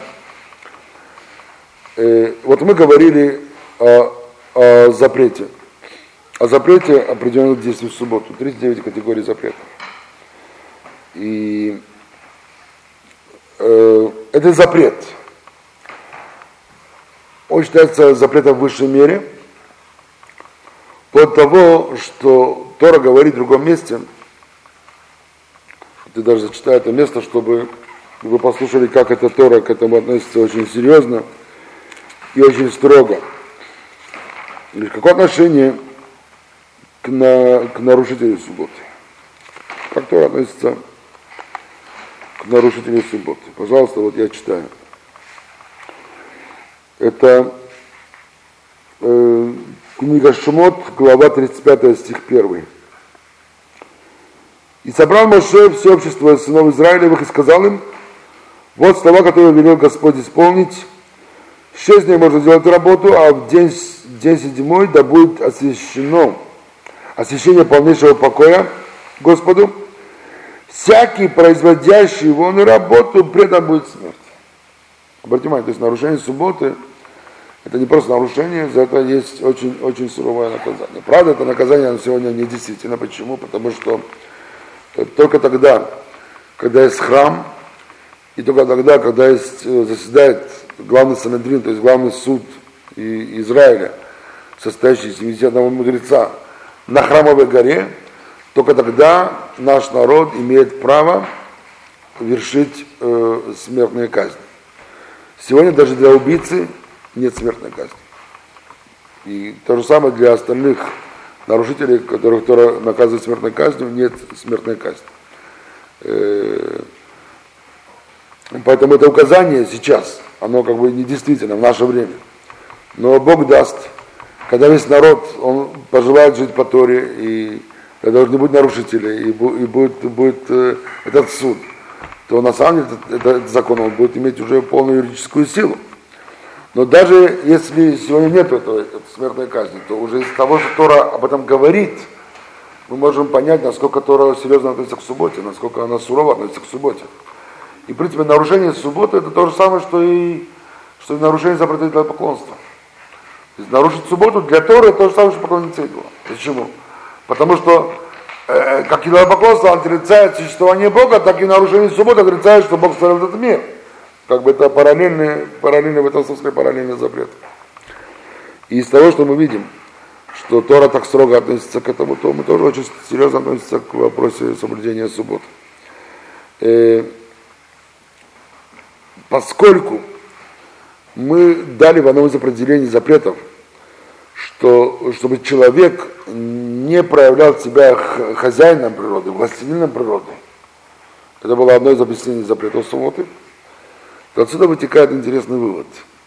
Вот мы говорили о запрете. О запрете определенных действий в субботу. 39 категорий запретов. И это запрет. Он считается запретом в высшей мере. От того, что Тора говорит в другом месте, ты даже зачитай это место, чтобы вы послушали, как эта Тора к этому относится очень серьезно и очень строго. Какое отношение к нарушителю субботы? Как Тора относится к нарушителю субботы? Пожалуйста, вот я читаю. Это книга Шмот, глава 35, стих 1. «И собрал Моше все общество сынов Израилевых и сказал им, вот слова, которые велел Господь исполнить. 6 дней можно делать работу, а в день 7 да будет освящение полнейшего покоя Господу. Всякий, производящий его на работу, предан будет смерти». Обратите внимание, то есть нарушение субботы, это не просто нарушение, за это есть очень, очень суровое наказание. Правда, это наказание на сегодня не действительно. Почему? Потому что только тогда, когда есть храм, и только тогда, когда заседает главный Санедрин, то есть главный суд Израиля, состоящий из 71 мудреца, на Храмовой горе, только тогда наш народ имеет право вершить смертные казни. Сегодня даже для убийцы нет смертной казни. И то же самое для остальных нарушителей, которых Тора наказывает смертной казнью, нет смертной казни. Поэтому это указание сейчас, оно как бы не действительно в наше время. Но Бог даст, когда весь народ, он пожелает жить по Торе, и когда уже не будет нарушителей, и будет этот суд, то на самом деле этот закон он будет иметь уже полную юридическую силу. Но даже если сегодня нет этой смертной казни, то уже из того, что Тора об этом говорит, мы можем понять, насколько Тора серьезно относится к субботе, насколько она сурово относится к субботе. И, в принципе, нарушение субботы это то же самое, что и нарушение запрета идолопоклонства. То есть нарушить субботу для Торы это то же самое, что поклониться идолам. Почему? Потому что как идолопоклонство отрицает существование Бога, так и нарушение субботы отрицает, что Бог створил этот мир. Как бы это параллельный в этом смысле параллельный запрет. И из того, что мы видим, что Тора так строго относится к этому, то мы тоже очень серьезно относимся к вопросу соблюдения суббот. Поскольку мы дали в одном из определений запретов, что чтобы человек не проявлял себя хозяином природы, властелином природы. Это было одно из объяснений запретов субботы. То отсюда вытекает интересный вывод,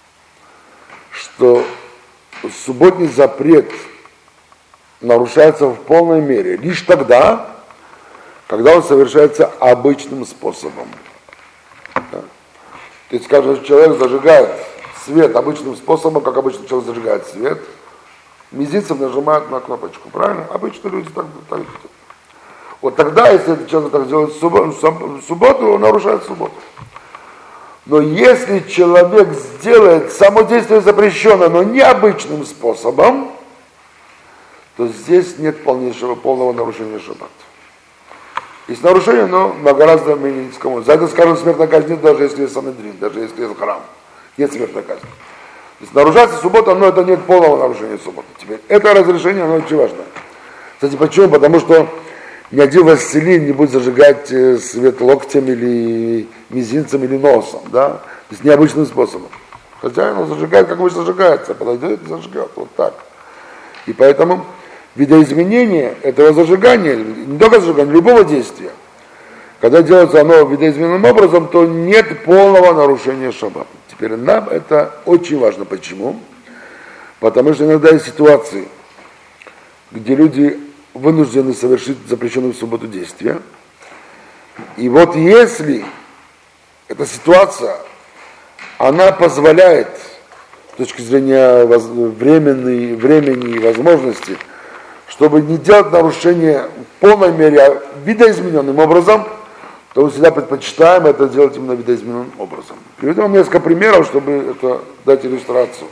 что субботний запрет нарушается в полной мере лишь тогда, когда он совершается обычным способом. Да? То есть, скажем, человек зажигает свет обычным способом, как обычно человек зажигает свет, мизинцем нажимает на кнопочку, правильно? Обычно люди так делают. Вот тогда, если этот человек так делает в субботу, он нарушает субботу. Но если человек сделает само действие запрещенное, но необычным способом, то здесь нет полного нарушения шаббата. Есть нарушение, но на гораздо менее низком. За это, скажем, смертная казнь нет, даже если есть санедрин, даже если есть храм. Нет смертной казни. То есть нарушается суббота, но это нет полного нарушения субботы. Теперь это разрешение, оно очень важно. Кстати, почему? Потому что ни один властелин не будет зажигать свет локтем или мизинцем или носом, да? То есть необычным способом. Хотя он зажигает, как обычно зажигается, подойдет и зажгет, вот так. И поэтому видоизменение этого зажигания, не только зажигания, любого действия, когда делается оно видоизмененным образом, то нет полного нарушения шаббата. Теперь нам это очень важно. Почему? Потому что иногда есть ситуации, где люди вынуждены совершить запрещенные в субботу действия. И вот если эта ситуация, она позволяет, с точки зрения времени и возможности, чтобы не делать нарушения в полной мере, а видоизмененным образом, то мы всегда предпочитаем это делать именно видоизмененным образом. Приведу вам несколько примеров, чтобы это дать иллюстрацию.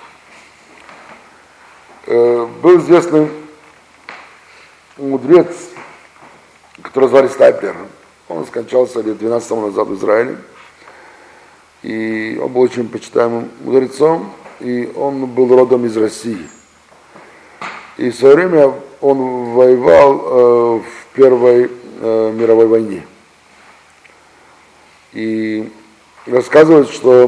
Был известный мудрец, которого звали Стайплер. Он скончался лет 12 тому назад в Израиле. И он был очень почитаемым мудрецом, и он был родом из России. И в свое время он воевал в Первой мировой войне. И рассказывают, что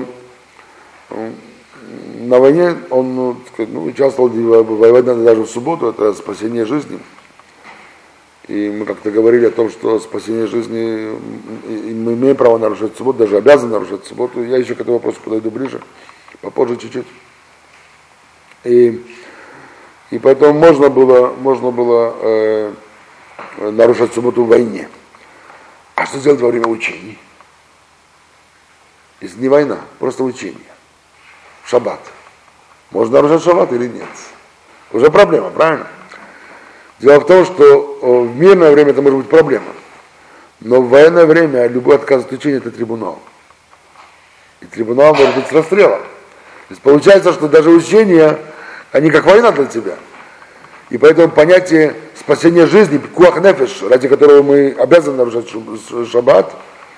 на войне он участвовал, воевать надо даже в субботу, это спасение жизни. И мы как-то говорили о том, что спасение жизни, мы имеем право нарушать субботу, даже обязаны нарушать субботу. Я еще к этому вопросу подойду ближе, попозже чуть-чуть. И поэтому можно было нарушать субботу в войне. А что делать во время учений? Если не война, просто учение. Шаббат. Можно нарушать шаббат или нет? Уже проблема, правильно? Дело в том, что в мирное время это может быть проблема. Но в военное время любой отказ от учения – это трибунал. И трибунал может быть с расстрелом. То есть получается, что даже учения, они как война для тебя. И поэтому понятие спасения жизни, пикуах нефеш, ради которого мы обязаны нарушать шаббат,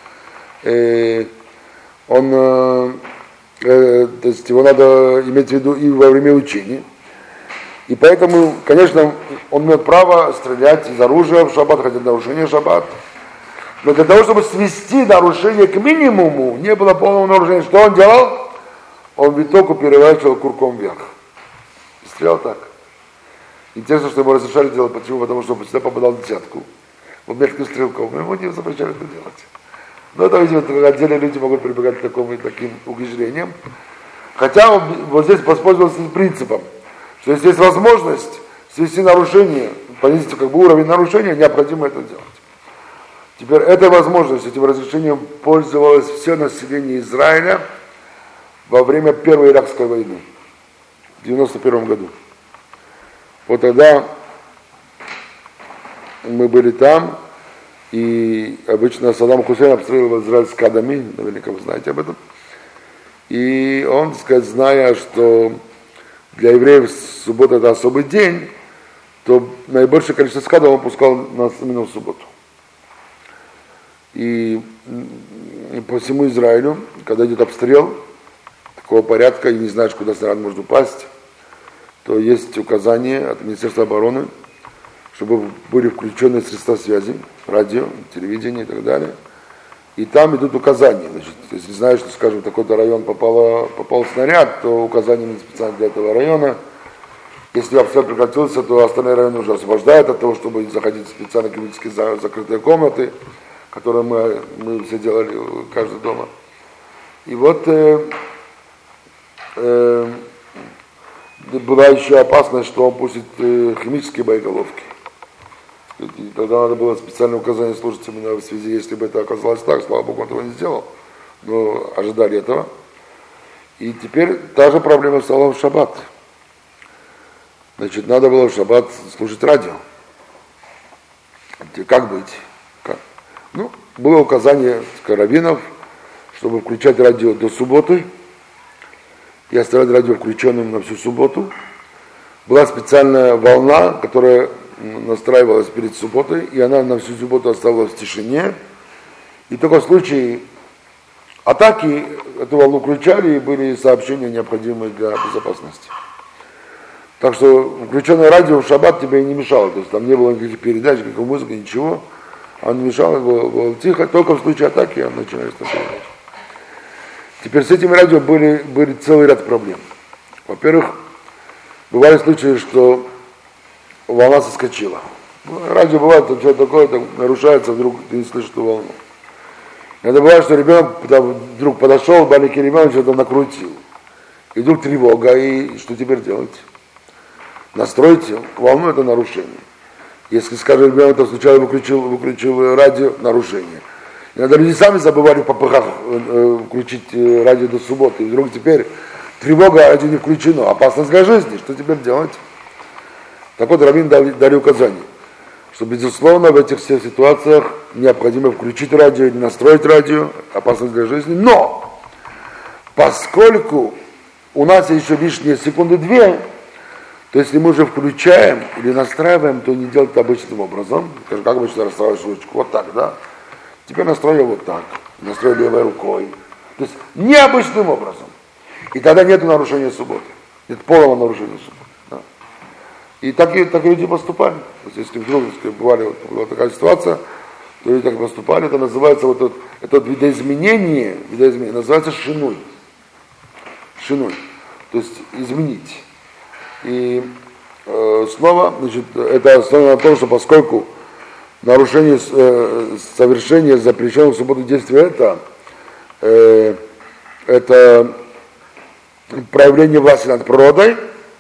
то есть его надо иметь в виду и во время учения. И поэтому, конечно, он имеет право стрелять из оружия в шаббат, хотя нарушение шаббат. Но для того, чтобы свести нарушение к минимуму, не было полного нарушения, что он делал? Он витоку переворачивал курком вверх. И стрелял так. Интересно, что ему разрешали делать. Почему? Потому что он всегда попадал в десятку. Он метким стрелком. Ему не запрещали это делать. Но это, видимо, отдельные люди могут прибегать к таким убеждениям. Хотя он вот здесь воспользовался принципом, что если есть возможность свести нарушение, понизить как бы уровень нарушения, необходимо это делать. Теперь этой возможностью, этим разрешением пользовалось все население Израиля во время Первой Иракской войны в 1991 году. Вот тогда мы были там, и обычно Саддам Хусейн обстреливал Израиль скадами, наверняка вы знаете об этом. И он, так сказать, зная, что для евреев суббота это особый день, то наибольшее количество скадов он пускал именно в субботу. И по всему Израилю, когда идет обстрел такого порядка, и не знаешь, куда снаряд может упасть, то есть указание от Министерства обороны, чтобы были включены средства связи, радио, телевидение и так далее. и там идут указания. Значит, если знаешь, что, скажем, в такой-то район попал снаряд, то указания специально для этого района. Если обстрел прекратился, то остальные районы уже освобождают от того, чтобы заходить в специально клинические закрытые комнаты, которые мы все делали каждый дома. И вот была еще опасность, что он пустит химические боеголовки. И тогда надо было специальное указание слушать именно в связи, если бы это оказалось так, слава Богу, он этого не сделал, но ожидали этого. И теперь та же проблема стала в шаббат. Значит, надо было в шаббат слушать радио. Как быть? Как? Ну, было указание раввинов, чтобы включать радио до субботы и оставлять радио включенным на всю субботу. Была специальная волна, которая настраивалась перед субботой, и она на всю субботу оставалась в тишине. И только в случае атаки эту волну включали, и были сообщения, необходимые для безопасности. Так что включенное радио в шаббат тебе и не мешало, то есть там не было никаких передач, никакой музыки, ничего. Оно не мешало, было тихо, только в случае атаки он начинает передачи. Теперь с этим радио были целый ряд проблем. Во-первых, бывали случаи, что волна соскочила. Радио бывает, что что-то такое там нарушается, вдруг ты не слышишь эту волну. Это бывает, что ребенок там, вдруг подошел, маленький ребенок что-то накрутил. И вдруг тревога, и что теперь делать? Настройте волну, это нарушение. Если, скажем, ребенок там случайно выключил радио, нарушение. Иногда люди сами забывали в попыхах включить радио до субботы. И вдруг теперь тревога, радио не включено, опасность для жизни, что теперь делать? Так вот, раввин дали указание, что, безусловно, в этих всех ситуациях необходимо включить радио или настроить радио, опасность для жизни, но поскольку у нас еще лишние секунды-две, то если мы уже включаем или настраиваем, то не делать это обычным образом. Скажем, как обычно настраиваешь ручку? Вот так, да? Теперь настроил вот так, настроил левой рукой. То есть необычным образом. И тогда нет нарушения субботы. Нет полного нарушения субботы. Да? И так люди поступали. То есть, если вдруг была такая ситуация, то люди так поступали. Это называется это видоизменение называется шинуй. Шинуй. То есть изменить. И снова, значит, это основано на том, что поскольку нарушение совершения запрещенного в субботу действия это проявление власти над природой,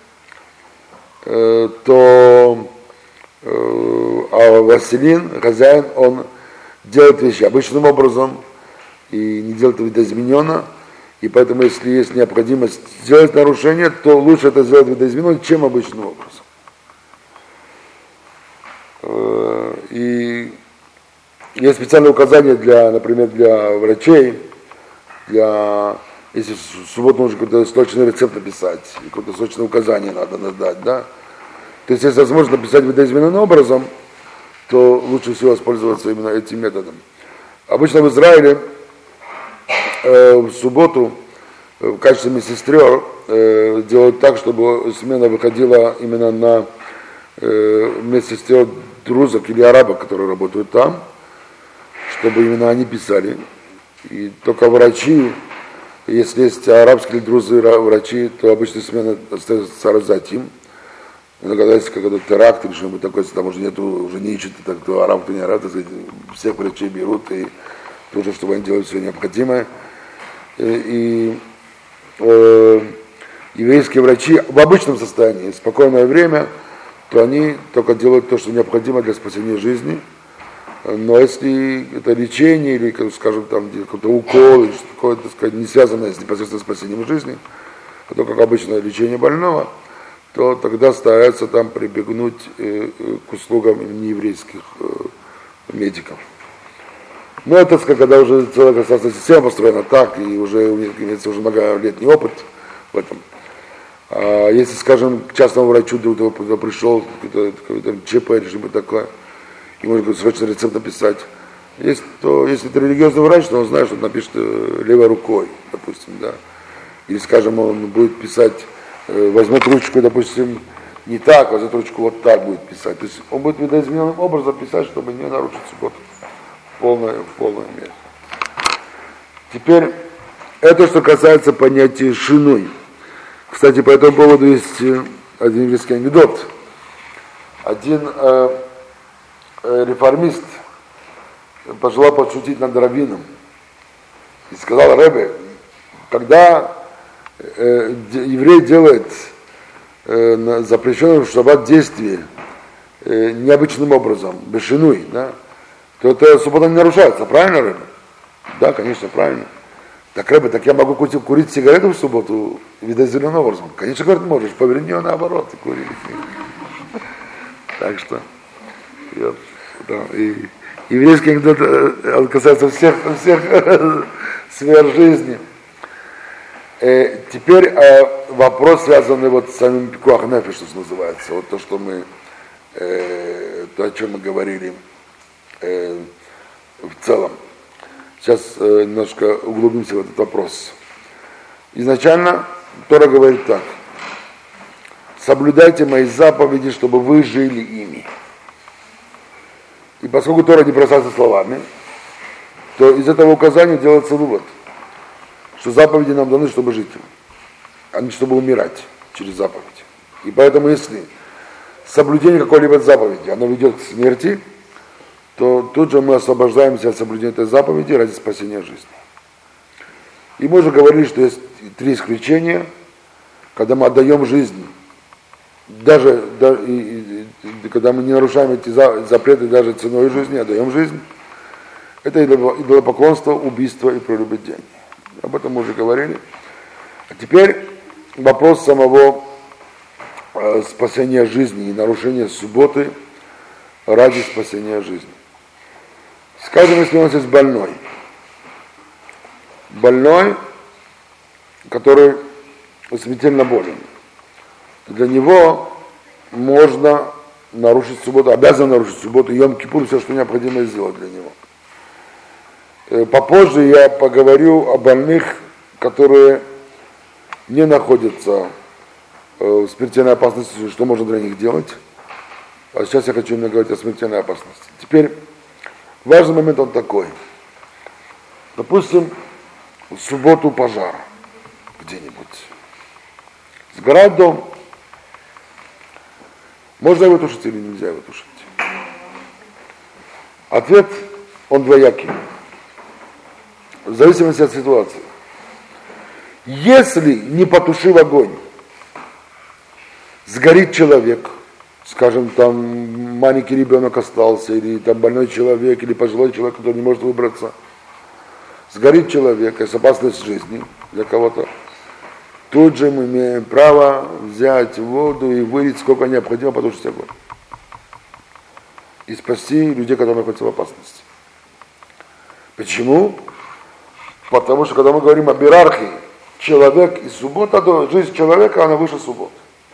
то властелин, хозяин, он делает вещи обычным образом и не делает это видоизмененно. И поэтому, если есть необходимость сделать нарушение, то лучше это сделать видоизмененно, чем обычным образом. И есть специальные указания например, для врачей, если в субботу нужно какой-то срочный рецепт написать, какое-то срочное указание надо дать, да. То есть, если возможно написать видоизмененным образом, то лучше всего воспользоваться именно этим методом. Обычно в Израиле в субботу в качестве медсестер делают так, чтобы смена выходила именно на медсестер друзок или арабов, которые работают там, чтобы именно они писали. И только врачи, если есть арабские или друзы врачи, то обычно смена остается саразатим. Иногда есть какой-то теракт или что-нибудь такое, если там уже не ищут, так то араб, то не араб, всех врачей берут и тоже, чтобы они делали все необходимое. И еврейские врачи в обычном состоянии, в спокойное время, то они только делают то, что необходимо для спасения жизни. Но если это лечение или, скажем, там какой-то укол, или что-то такое, так сказать, не связанное с непосредственным спасением жизни, а то, как обычное лечение больного, то тогда стараются там прибегнуть к услугам нееврейских медиков. Но это, когда уже целая государственная система построена так, и уже у них имеется уже многолетний опыт в этом. А если, скажем, к частному врачу кто пришел, какой-то ЧП или что-нибудь такое, и можно какой-то срочный рецепт написать, то если это религиозный врач, то он знает, что он напишет левой рукой, допустим, да. Или, скажем, он будет писать, возьмет ручку, допустим, не так, возьмет ручку вот так будет писать. То есть он будет видоизмененным образом писать, чтобы не нарушить субботу в полной мере. Теперь, это что касается понятия шинуй. Кстати, по этому поводу есть один еврейский анекдот. Один реформист пожелал пошутить над раввином и сказал: Ребе, когда еврей делает запрещенное в шаббат действие необычным образом, бешинуй, да, то эта суббота не нарушается, правильно, Ребе? Да, конечно, правильно. Так, Ребе, так я могу курить сигарету в субботу видоизмененным образом? Конечно, говорит, можешь, поверни ее наоборот и кури. Так что, и еврейский анекдот касается всех сфер жизни. Теперь вопрос, связанный вот с самим пикуах нефеш, что называется, вот то, что мы, то, о чем мы говорили в целом. Сейчас немножко углубимся в этот вопрос. Изначально Тора говорит так: соблюдайте мои заповеди, чтобы вы жили ими. И поскольку Тора не бросается словами, то из этого указания делается вывод, что заповеди нам даны, чтобы жить, а не чтобы умирать через заповедь. И поэтому, если соблюдение какой-либо заповеди, оно ведет к смерти, то тут же мы освобождаемся от соблюдения этой заповеди ради спасения жизни. И мы уже говорили, что есть 3 исключения, когда мы отдаем жизнь, даже когда мы не нарушаем эти запреты даже ценой жизни, отдаем жизнь. Это идолопоклонство, убийство и прелюбодеяние. Об этом мы уже говорили. А теперь вопрос самого спасения жизни и нарушения субботы ради спасения жизни. Скажем, если у нас есть больной, который смертельно болен, для него можно нарушить субботу, обязан нарушить субботу, Йом-Кипур, все, что необходимо сделать для него. Попозже я поговорю о больных, которые не находятся в смертельной опасности, что можно для них делать. А сейчас я хочу именно говорить о смертельной опасности. Теперь важный момент он такой. Допустим, в субботу пожар где-нибудь. Сгорает дом. Можно его тушить или нельзя его тушить? Ответ, он двоякий. В зависимости от ситуации. Если, не потушив огонь, сгорит человек, скажем, там маленький ребенок остался, или там больной человек, или пожилой человек, который не может выбраться, сгорит человек, есть опасность жизни для кого-то, тут же мы имеем право взять воду и вылить, сколько необходимо, потушить огонь. И спасти людей, которые находятся в опасности. Почему? Потому что, когда мы говорим об иерархии, человек и суббота, то жизнь человека, она выше субботы.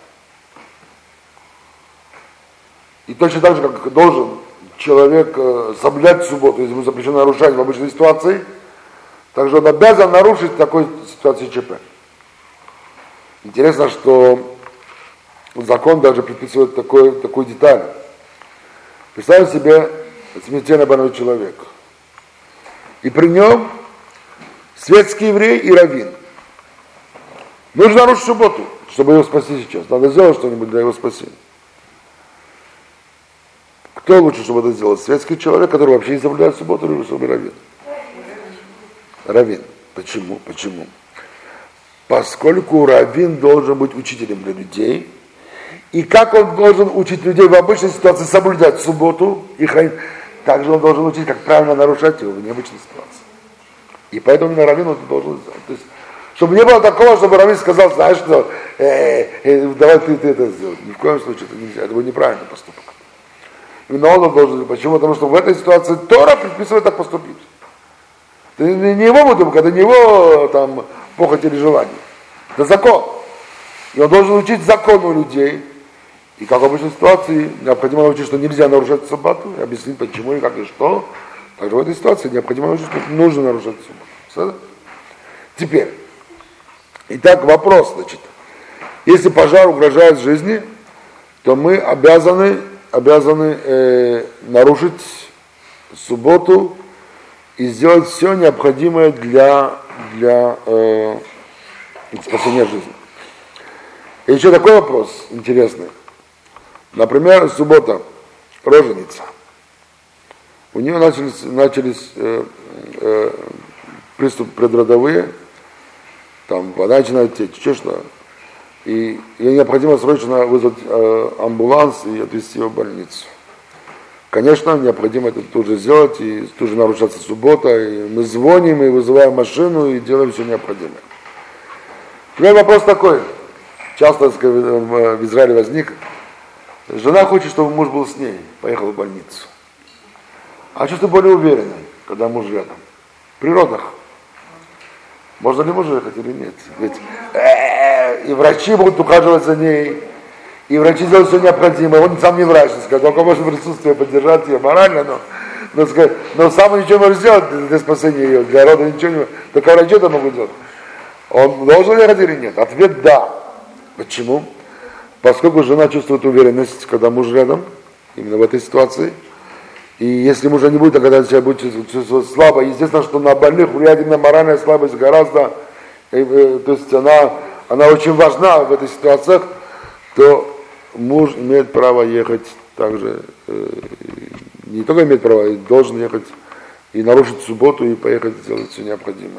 И точно так же, как должен человек соблюдать субботу, если ему запрещено нарушать в обычной ситуации, также он обязан нарушить в такой ситуации ЧП. Интересно, что закон даже предписывает такую деталь. Представьте себе смертельно больной человек. И при нем светский еврей и раввин. Нужно нарушить субботу, чтобы его спасти сейчас. Надо сделать что-нибудь для его спасения. Кто лучше, чтобы это сделал? Светский человек, который вообще не соблюдает субботу, или раввин? Раввин. Почему? Поскольку раввин должен быть учителем для людей, и как он должен учить людей в обычной ситуации соблюдать субботу и хранить, также он должен учить, как правильно нарушать его в необычной ситуации. И поэтому именно раввин он должен сделать. То есть, чтобы не было такого, чтобы раввин сказал: знаешь что, давай ты это сделай. Ни в коем случае это нельзя, это будет неправильный поступок. Именно он должен. Почему? Потому что в этой ситуации Тора предписывает так поступить. Это не его выдумка, это не его там похоть или желание. Это закон. И он должен учить закону людей. И как в обычной ситуации необходимо научить, что нельзя нарушать субботу, и объяснить, почему и как и что. Также в этой ситуации необходимо научить, что нужно нарушать субботу. Теперь. Итак, вопрос, значит. Если пожар угрожает жизни, то мы обязаны нарушить субботу и сделать все необходимое для спасения жизни. И еще такой вопрос интересный. Например, суббота, роженица. У нее начались приступы предродовые, там вода начинает течь, что. И ей необходимо срочно вызвать амбуланс и отвезти ее в больницу. Конечно, необходимо это тут же сделать, и тут же нарушается суббота, и мы звоним, и вызываем машину, и делаем все необходимое. Теперь вопрос такой, часто в Израиле возник, жена хочет, чтобы муж был с ней, поехал в больницу. А чувствую более уверенной, когда муж рядом. При родах. Можно ли мужу ехать или нет? Ведь и врачи будут ухаживать за ней, и врачи делают все необходимое. Он сам не врач, только может присутствие поддержать ее морально, но сам ничего не может сделать для спасения ее, для рода ничего не может. Только врачи это могут делать. Он должен ехать или нет? Ответ да. Почему? Поскольку жена чувствует уверенность, когда муж рядом, именно в этой ситуации. И если мужа не будет, то когда себя будет чувствовать слабо, естественно, что на больных влияет именно моральная слабость гораздо, то есть она очень важна в этих ситуациях, то муж имеет право ехать также, не только имеет право, и должен ехать и нарушить субботу и поехать сделать все необходимое.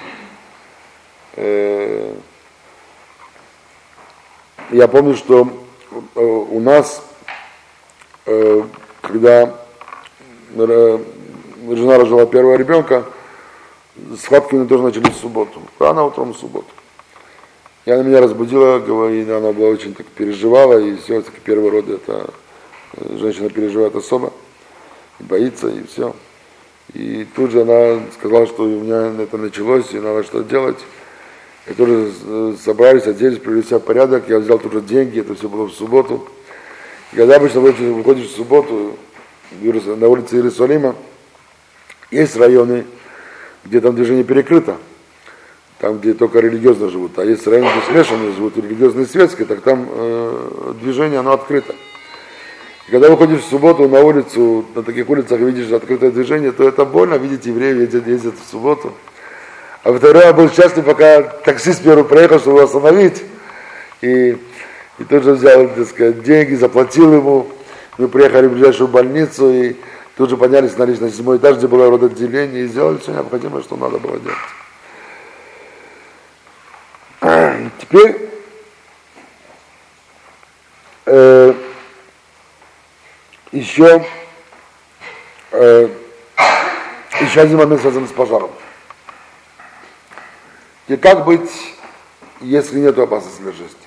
Я помню, что у нас, когда жена рожала первого ребенка, схватки у меня тоже начались в субботу, рано утром в субботу. И она меня разбудила, говорит, она была очень так переживала, и все-таки первый род это женщина переживает особо, и боится, и все. И тут же она сказала, что у меня это началось, и надо что-то делать. И тоже собрались, оделись, привели себя в порядок, я взял тут же деньги, это все было в субботу. И когда обычно выходишь в субботу на улице Иерусалима, есть районы, где там движение перекрыто, там, где только религиозно живут, а есть районы, где смешанные живут, религиозные и светские, так там движение, оно открыто. И когда выходишь в субботу на улицу, на таких улицах видишь открытое движение, то это больно видеть евреев ездят в субботу. А второй я был счастлив, пока таксист первый проехал, чтобы его остановить. И тут же взял, так сказать, деньги, заплатил ему. Мы приехали в ближайшую больницу и тут же поднялись на 7-й этаж, где было родоотделение, и сделали все необходимое, что надо было делать. Теперь еще один момент связан с пожаром. И как быть, если нет опасности для жизни?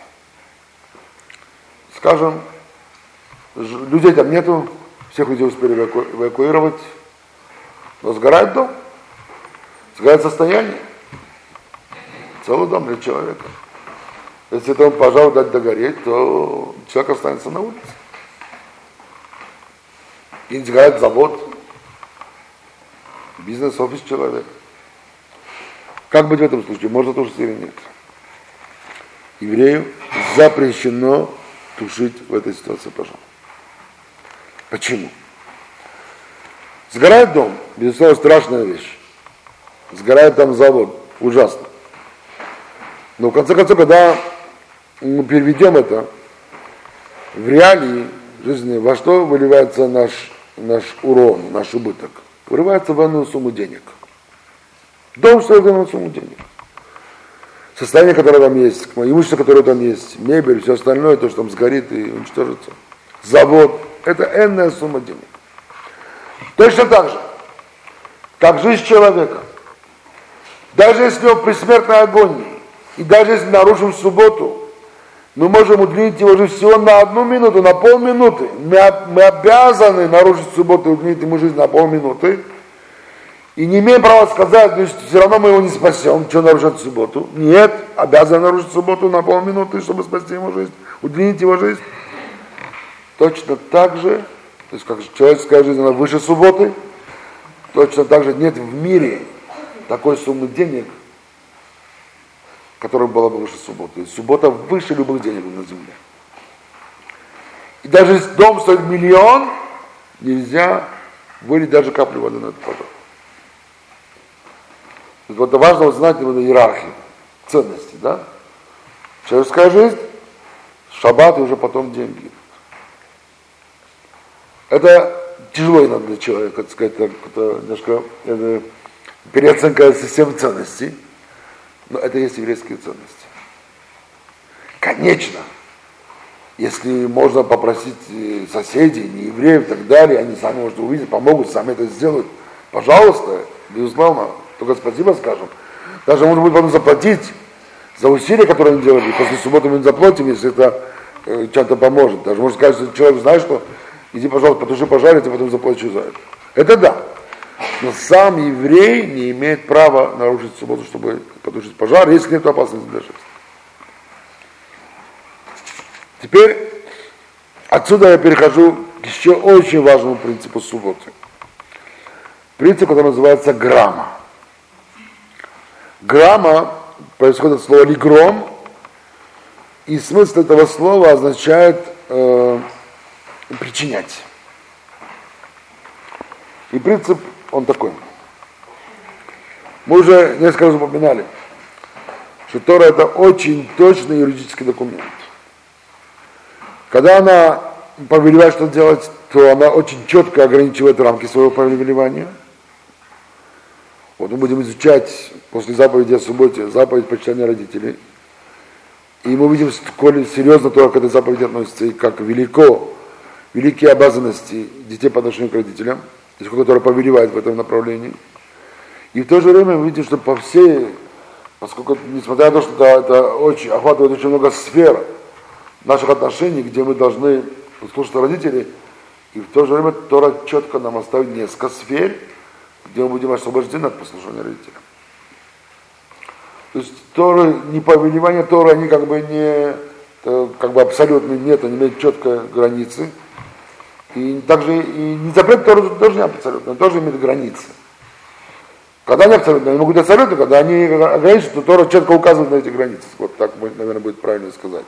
Скажем, людей там нету, всех людей успели эвакуировать, но сгорает дом, сгорает состояние, целый дом для человека. Если этому пожару дать догореть, то человек останется на улице. И сгорает завод, бизнес-офис человека. Как быть в этом случае? Можно тушить или нет? Еврею запрещено тушить в этой ситуации пожар. Почему? Сгорает дом, безусловно, страшная вещь. Сгорает там завод, ужасно. Но в конце концов, когда мы переведем это в реалии жизни, во что выливается наш урон, наш убыток? Выливается в военную сумму денег. Дом стоит военную сумму денег. Состояние, которое там есть, имущество, которое там есть, мебель, все остальное, то, что там сгорит и уничтожится. Завод, это энная сумма денег. Точно так же, как жизнь человека. Даже если он в предсмертной агонии, и даже если нарушим субботу, мы можем удлинить его жизнь всего на 1 минуту, на полминуты. Мы обязаны нарушить субботу и удлинить ему жизнь на полминуты. И не имеем права сказать, что все равно мы его не спасем, что нарушать субботу. Нет, обязаны нарушить субботу на полминуты, чтобы спасти ему жизнь, удлинить его жизнь. Точно так же, то есть как человеческая жизнь, она выше субботы, точно так же нет в мире такой суммы денег, которая была бы выше субботы. Суббота выше любых денег на земле. И даже если дом стоит 1 000 000, нельзя вылить даже каплю воды на этот пожар. Вот это важно узнать именно иерархию, ценности, да? Человеческая жизнь, шаббат и уже потом деньги. Это тяжело иногда для человека, так сказать, это немножко переоценка системы ценностей, но это есть еврейские ценности. Конечно, если можно попросить соседей, не евреев и так далее, они сами, может, увидят, помогут, сами это сделают, пожалуйста, безусловно, только спасибо скажем. Даже можно будет потом заплатить за усилия, которые они делали, после субботы мы не заплатим, если это чем-то поможет. Даже можно сказать, что человек знает, что иди, пожалуйста, потуши пожар, я тебе потом заплачу за это. Это да. Но сам еврей не имеет права нарушить субботу, чтобы потушить пожар, если нет опасности для жизни. Теперь отсюда я перехожу к еще очень важному принципу субботы. Принцип, который называется грамма. Грамма происходит от слова лигром, и смысл этого слова означает причинять. И принцип, он такой. Мы уже несколько раз упоминали, что Тора это очень точный юридический документ. Когда она повелевает что делать, то она очень четко ограничивает рамки своего повелевания. Вот мы будем изучать после заповеди о субботе заповедь почитания родителей. И мы видим, сколь серьезно Тора к этой заповеди относится, и как великие обязанности детей по отношению к родителям, и сколько Тора повелевает в этом направлении. И в то же время мы видим, что поскольку, несмотря на то, что это охватывает очень много сфер наших отношений, где мы должны слушать родителей, и в то же время Тора четко нам оставит несколько сфер, где мы будем освобождены от послушания родителям. То есть Тора, не повелевание Торы, они как бы абсолютно нет, они имеют четкие границы. И также и не запрет Торы тоже не абсолютно, тоже имеет границы. Когда они абсолютно, они могут быть абсолютно, когда они ограничены, то Тора четко указывает на эти границы. Вот так, наверное, будет правильно сказать.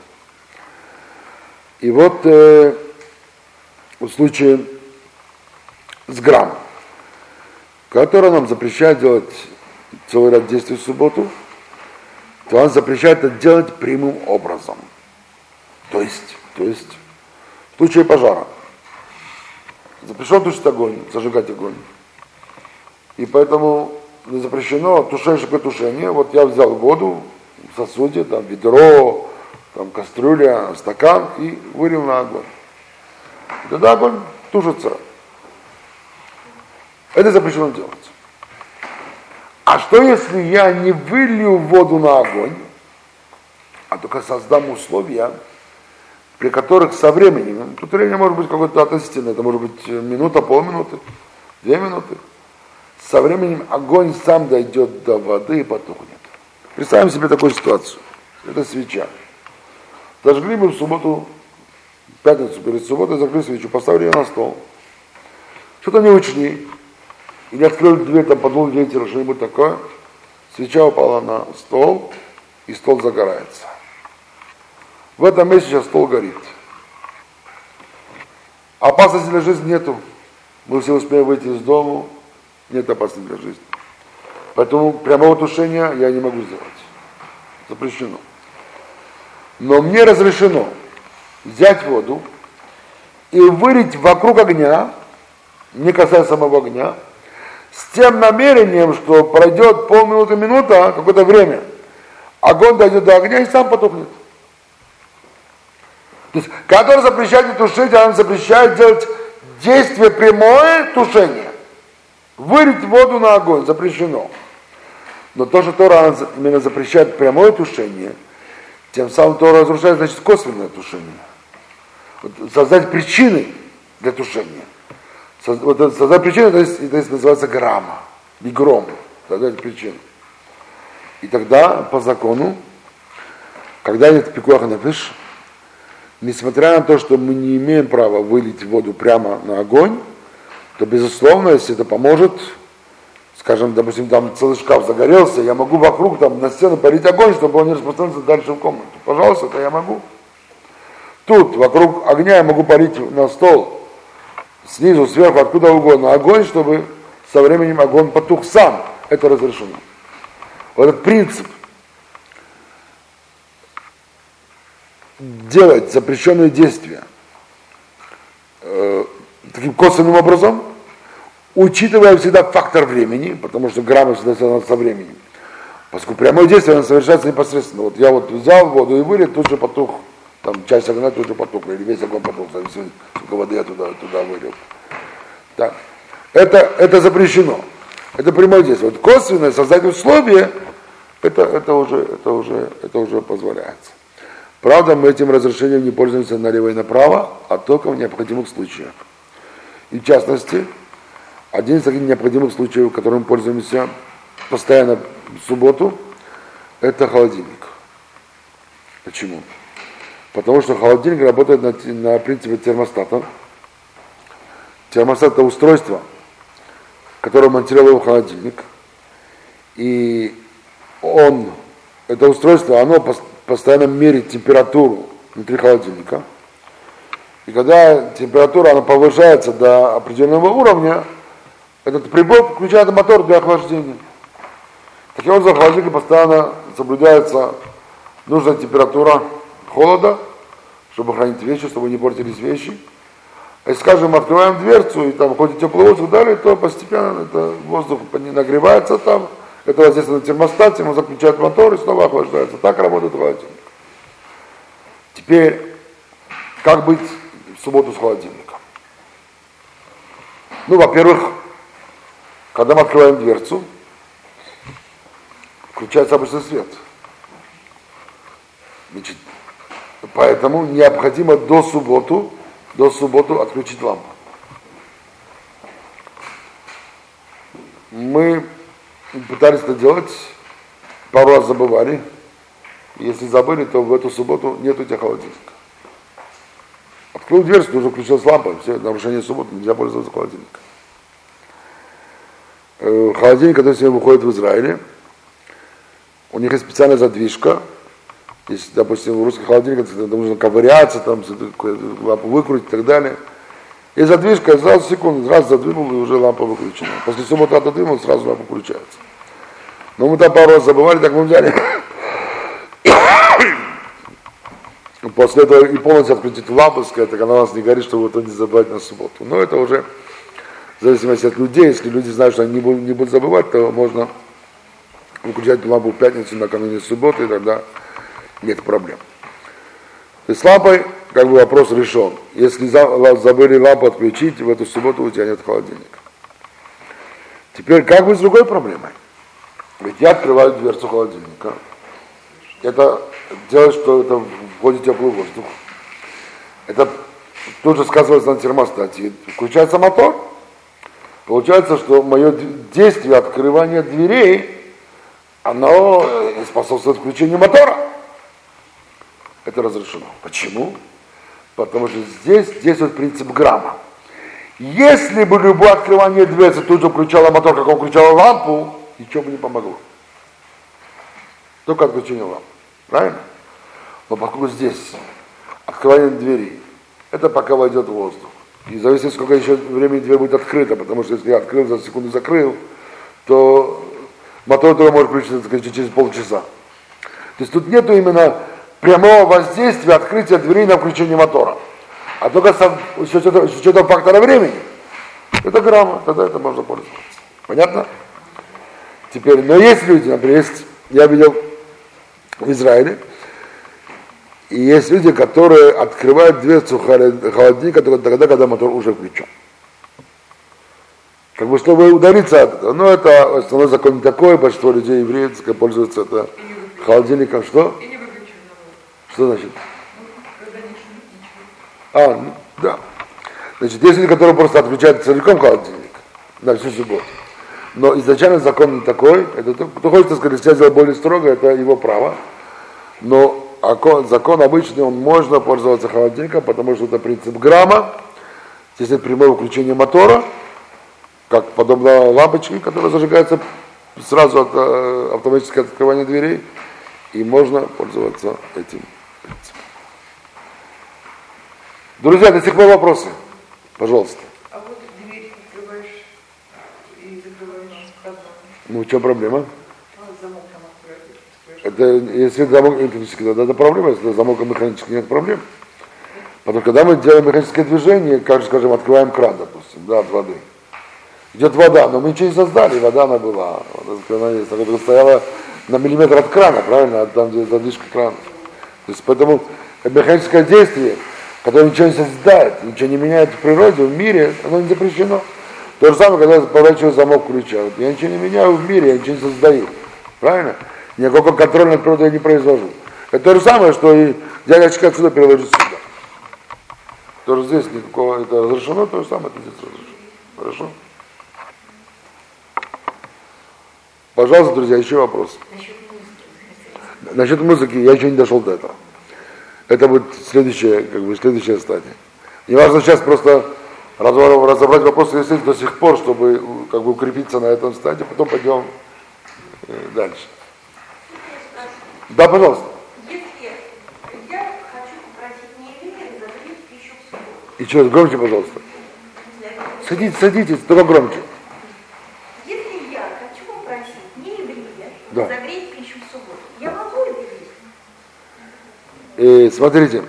И вот в случае с граммом, который нам запрещает делать целый ряд действий в субботу, то он запрещает это делать прямым образом. То есть в случае пожара запрещено тушить огонь, зажигать огонь. И поэтому не запрещено тушение тушение. Вот я взял воду в сосуде, там ведро, там кастрюля, стакан и вылил на огонь. И тогда огонь тушится. Это запрещено делать. А что если я не вылью воду на огонь, а только создам условия, при которых со временем, тут время может быть какое-то относительное, это может быть минута, полминуты, 2 минуты, со временем огонь сам дойдет до воды и потухнет. Представим себе такую ситуацию. Это свеча. Зажгли мы в субботу, в пятницу перед субботой, зажгли свечу, поставили ее на стол. Что-то не учли. Или открыли дверь, там подул ветер, что-нибудь такое. Свеча упала на стол, и стол загорается. В этом месте сейчас стол горит. Опасности для жизни нету. Мы все успеем выйти из дома, нет опасности для жизни. Поэтому прямого тушения я не могу сделать. Запрещено. Но мне разрешено взять воду и вылить вокруг огня, не касаясь самого огня, с тем намерением, что пройдет полминуты, минута, какое-то время, огонь дойдет до огня и сам потухнет. То есть, который запрещает тушить, он запрещает делать действие прямое тушение. Вылить воду на огонь запрещено. Но то, что Тора именно запрещает прямое тушение, тем самым Тора разрушает, значит, косвенное тушение. Вот, создать причины для тушения. Создать причину, то есть называется грамма, не гром, создать причину. И тогда, по закону, когда нет пикуах нефеш, несмотря на то, что мы не имеем права вылить воду прямо на огонь, то, безусловно, если это поможет, скажем, допустим, там целый шкаф загорелся, я могу вокруг там на стену полить огонь, чтобы он не распространился дальше в комнату. Пожалуйста, это я могу. Тут, вокруг огня я могу полить на стол, снизу, сверху, откуда угодно огонь, чтобы со временем огонь потух сам. Это разрешено. Вот этот принцип делать запрещенные действия таким косвенным образом, учитывая всегда фактор времени, потому что грамма всегда связана со временем. Поскольку прямое действие оно совершается непосредственно. Вот я вот взял воду и вылил, тут же потух, там часть огня тут же потухла, или весь огонь потух, зависит, сколько воды я туда вылил. Так. Это запрещено. Это прямое действие. Вот косвенное создать условия, это уже позволяется. Правда, мы этим разрешением не пользуемся налево и направо, а только в необходимых случаях. И в частности, один из таких необходимых случаев, которым мы пользуемся постоянно в субботу, это холодильник. Почему? Потому что холодильник работает на принципе термостата. Термостат – это устройство, которое монтировало в холодильник. И это устройство, оно постоянно меряет температуру внутри холодильника. И когда температура она повышается до определенного уровня, этот прибор включает мотор для охлаждения. Таким образом, в холодильнике постоянно соблюдается нужная температура холода, чтобы хранить вещи, чтобы не портились вещи. А если, скажем, мы открываем дверцу, и там ходит теплый воздух далее, то постепенно это воздух нагревается там, это воздействует на термостате, он заключает мотор и снова охлаждается. Так работает холодильник. Теперь, как быть в субботу с холодильником? Ну, во-первых, когда мы открываем дверцу, включается обычный свет. Значит, поэтому необходимо до субботы отключить лампу. Мы пытались это делать, пару раз забывали. Если забыли, то в эту субботу нет у тебя холодильника. Открыл дверь, уже включилась лампа, все, нарушение субботы, нельзя пользоваться холодильником. Холодильник, который сегодня выходит в Израиле, у них есть специальная задвижка. Если, допустим, в русских холодильниках нужно ковыряться, там, лампу выкрутить и так далее. И задвижка, сразу секунду, раз задвинул, и уже лампа выключена. После субботы отодвинул, сразу лампа включается. Но мы там пару раз забывали, так мы взяли. После этого и полностью отключить лампу, сказать, так она у нас не горит, чтобы вот не забывать на субботу. Но это уже в зависимости от людей. Если люди знают, что они не будут забывать, то можно выключать лампу в пятницу накануне субботы, и тогда нет проблем. То есть с лампой как бы вопрос решен. Если забыли лампу отключить, в эту субботу у тебя нет холодильника. Теперь как быть с другой проблемой? Ведь я открываю дверцу холодильника. Это делает, что это входит теплый воздух. Это тут же сказывается на термостате. Включается мотор. Получается, что мое действие открывания дверей, оно способствует включению мотора. Это разрешено. Почему? Потому что здесь действует принцип грамма. Если бы любое открывание дверцы тут же включало мотор, как он включал лампу, ничего бы не помогло. Только отключение лампы. Правильно? Но поскольку здесь открывание двери, это пока войдет воздух. И зависит, сколько еще времени дверь будет открыта, потому что если я открыл, за секунду закрыл, то мотор только может включиться через полчаса. То есть тут нету именно прямого воздействия открытия дверей на включение мотора. А только с учетом фактора времени. Это грамма, тогда это можно пользоваться. Понятно? Теперь, но есть люди, например, я видел в Израиле, и есть люди, которые открывают дверцу холодильника только тогда, когда мотор уже включен. Как бы, чтобы удалиться от этого. Но это основной закон не такой, большинство людей еврейское пользуются это холодильником. Что? Что значит? Да. Значит, есть люди, которые просто отключают целиком холодильник на всю субботу. Но изначально закон не такой. Это кто хочет, так сказать, себя сделать более строго, это его право. Но закон обычный, он можно пользоваться холодильником, потому что это принцип грамма. Здесь нет прямого включения мотора, как подобно лампочке, которая зажигается сразу от автоматического открывания дверей. И можно пользоваться этим принципом. Друзья, до сих пор вопросы? Пожалуйста. А вот дверь открываешь и закрываешь одну. Ну, в чем проблема? Замок там Это, если замок электрический, тогда это проблема, если замок механический, нет проблем. Потому что когда мы делаем механическое движение, как же, скажем, открываем кран, допустим, да, от воды. Идет вода, но мы ничего не создали, вода она была, она есть, она стояла на миллиметр от крана, правильно, там, где задвижка крана. То есть поэтому механическое действие, которое ничего не созидает, ничего не меняет в природе, в мире, оно не запрещено. То же самое, когда я поворачиваю замок ключа. Вот я ничего не меняю в мире, я ничего не создаю. Правильно? Никакого контроля над природой я не произвожу. Это то же самое, что и дядечка отсюда переложить сюда. Тоже здесь никакого, это разрешено, то же самое, это здесь разрешено. Хорошо? Пожалуйста, друзья, еще вопрос. Насчет музыки я еще не дошел до этого. Это будет следующая стадия. Не важно сейчас просто разобрать вопросы если до сих пор, чтобы укрепиться на этом стадии, потом пойдем дальше. Да, пожалуйста. Если я хочу попросить не еврея разогреть пищу в субботу. Еще раз, громче, пожалуйста. Садитесь, только громче. Если я хочу попросить не еврея Да. разогреть пищу в субботу, я могу это делать? Смотрите.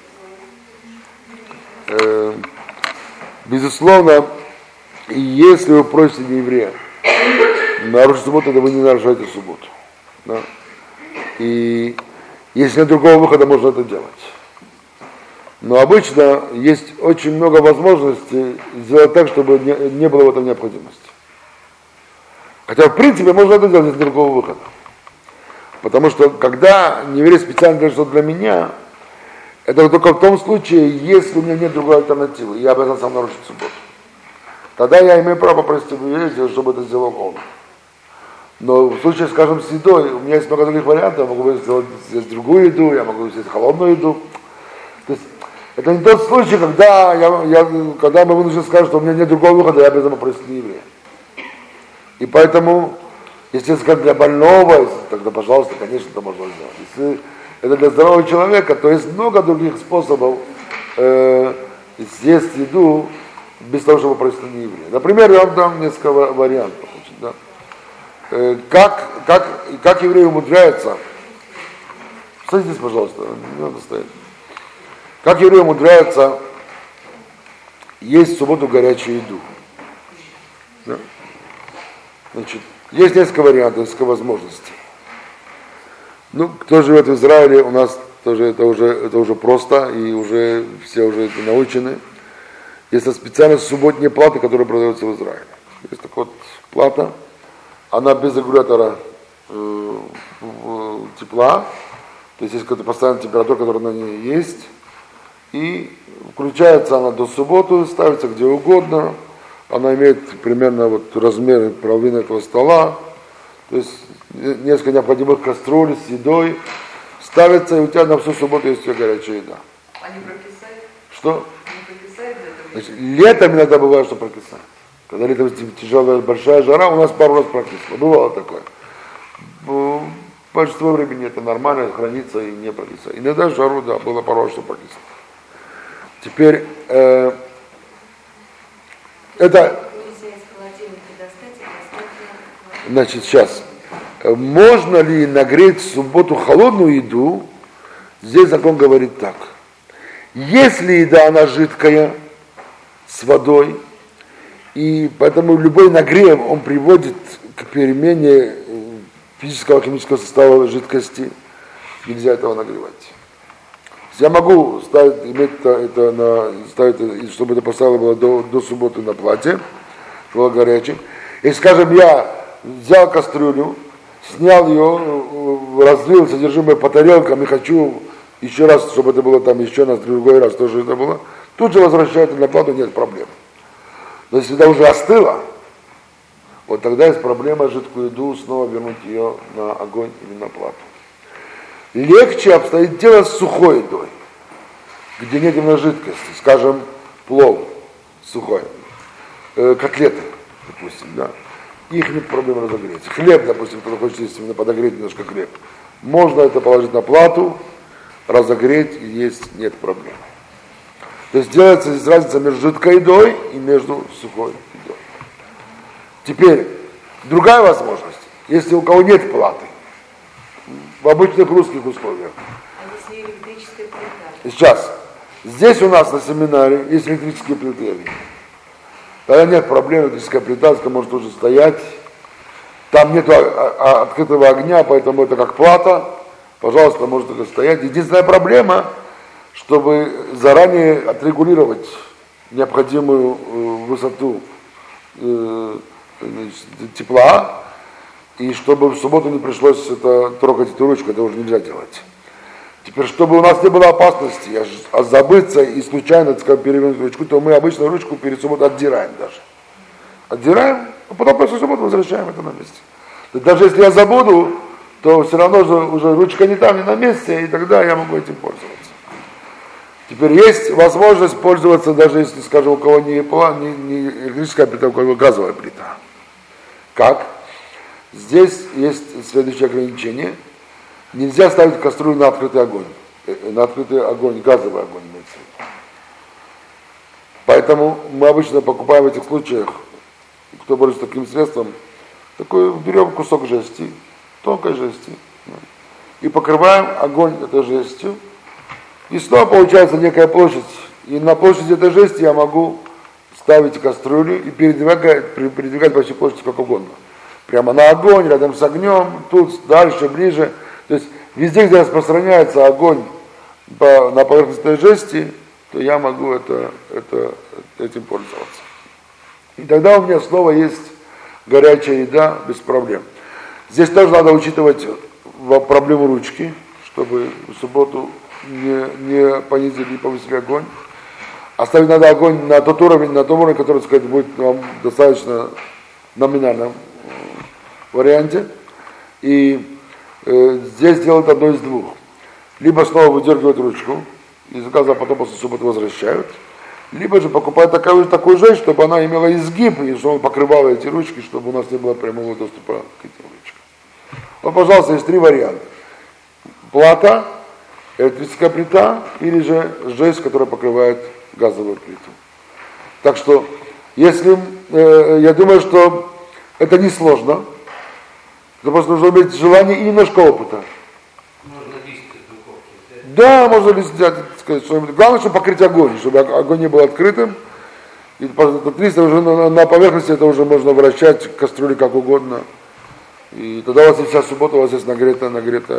Безусловно, если вы просите не еврея нарушить субботу, то вы не нарушаете субботу. Да? И если нет другого выхода, можно это делать. Но обычно есть очень много возможностей сделать так, чтобы не было в этом необходимости. Хотя, в принципе, можно это сделать, если нет другого выхода. Потому что, когда нееврей специально делает что-то для меня, это только в том случае, если у меня нет другой альтернативы, я обязан сам нарушить субботу. Тогда я имею право попросить еврея, чтобы это сделал он. Но в случае, скажем, с едой, у меня есть много других вариантов, я могу сделать другую еду, я могу сделать холодную еду. То есть, это не тот случай, когда, когда мы вынуждены сказать, что у меня нет другого выхода, я обязан попросить еврея. И поэтому, если сказать для больного, тогда, пожалуйста, конечно, это можно сделать. Если это для здорового человека, то есть много других способов съесть еду без того, чтобы попросить не еврея. Например, я вам дам несколько вариантов. Да? Как евреи умудряются, садитесь, пожалуйста, не надо стоять. Как евреи умудряются есть в субботу горячую еду? Да? Значит, есть несколько вариантов, несколько возможностей. Ну, кто живет в Израиле, у нас тоже это уже просто, и уже все уже это научены. Есть специальные субботние платы, которые продаются в Израиле. Есть такая вот плата, она без регулятора тепла, то есть какая-то постоянная температура, которая на ней есть, и включается она до субботы, ставится где угодно, она имеет примерно вот размер половины этого стола, то есть несколько необходимых кастрюль с едой, ставится, и у тебя на всю субботу есть горячая еда. Они прокисают? Что? Они прокисают для этого? Значит, летом иногда бывает, что прокисает. Когда летом тяжелая, большая жара, у нас пару раз прокисло. Бывало такое. Большинство времени это нормально, хранится и не прокисает. Иногда жару, да, было пару раз, что прокисло. Теперь, это... Значит, сейчас. Можно ли нагреть в субботу холодную еду? Здесь закон говорит так. Если еда, она жидкая, с водой, и поэтому любой нагрев, он приводит к перемене физического, химического состава жидкости. Нельзя этого нагревать. Я могу ставить, ставить, чтобы это поставило было до субботы на платье, было горячим. Если, скажем, я взял кастрюлю, снял ее, разлил содержимое по тарелкам и хочу еще раз, чтобы это было там еще раз, другой раз тоже это было, тут же возвращаю это на плату, нет проблем. Но если еда уже остыла, вот тогда есть проблема жидкую еду снова вернуть ее на огонь или на плату. Легче обстоит дело с сухой едой, где нет именно жидкости, скажем, плов сухой, котлеты, допустим, да. Их нет проблем разогреть. Хлеб, допустим, кто хочет есть именно подогреть немножко хлеб. Можно это положить на плату, разогреть и есть, нет проблем. То есть делается здесь разница между жидкой едой и между сухой едой. Теперь, другая возможность, если у кого нет платы, в обычных русских условиях. А если электрическая плита? Сейчас. Здесь у нас на семинаре есть электрические плиты. Тогда нет проблем, электрическая плита может уже стоять. Там нет открытого огня, поэтому это как плата. Пожалуйста, может это стоять. Единственная проблема, чтобы заранее отрегулировать необходимую высоту тепла, и чтобы в субботу не пришлось трогать эту ручку, это уже нельзя делать. Теперь, чтобы у нас не было опасности забыться и случайно перевернуть ручку, то мы обычно ручку перед субботой отдираем даже. Отдираем, а потом после субботы возвращаем это на месте. Даже если я забуду, то все равно уже ручка не там, не на месте, и тогда я могу этим пользоваться. Теперь есть возможность пользоваться, даже если, скажем, у кого не электрическая плита, у кого газовая плита. Как? Здесь есть следующее ограничение. Нельзя ставить кастрюлю на открытый огонь. На открытый огонь, газовый огонь имеется в виду. Поэтому мы обычно покупаем в этих случаях, кто борется с таким средством, берем кусок жести, тонкой жести, и покрываем огонь этой жестью. И снова получается некая площадь. И на площади этой жести я могу ставить кастрюлю и передвигать по всей площади как угодно. Прямо на огонь, рядом с огнем, тут, дальше, ближе. То есть везде, где распространяется огонь на поверхности этой жести, то я могу этим пользоваться. И тогда у меня снова есть горячая еда без проблем. Здесь тоже надо учитывать проблему ручки, чтобы в субботу не понизили и повысили огонь. Оставить надо огонь на тот уровень, который, так сказать, будет вам достаточно номинальном варианте. И здесь делают одно из двух. Либо снова выдергивают ручку, из газа потом после субботы возвращают, либо же покупают такую жесть, чтобы она имела изгиб, и чтобы он покрывал эти ручки, чтобы у нас не было прямого доступа к этим ручкам. Вот, пожалуйста, есть три варианта. Плата, электрическая плита, или же жесть, которая покрывает газовую плиту. Так что, если, я думаю, что это несложно, то просто нужно иметь желание и немножко опыта. Можно лист из духовки взять. Да, можно лист взять, сказать, что главное, чтобы покрыть огонь, чтобы огонь не был открытым. И этот лист уже на поверхности, это уже можно вращать кастрюли как угодно. И тогда у вас есть вся суббота, у вас есть нагретая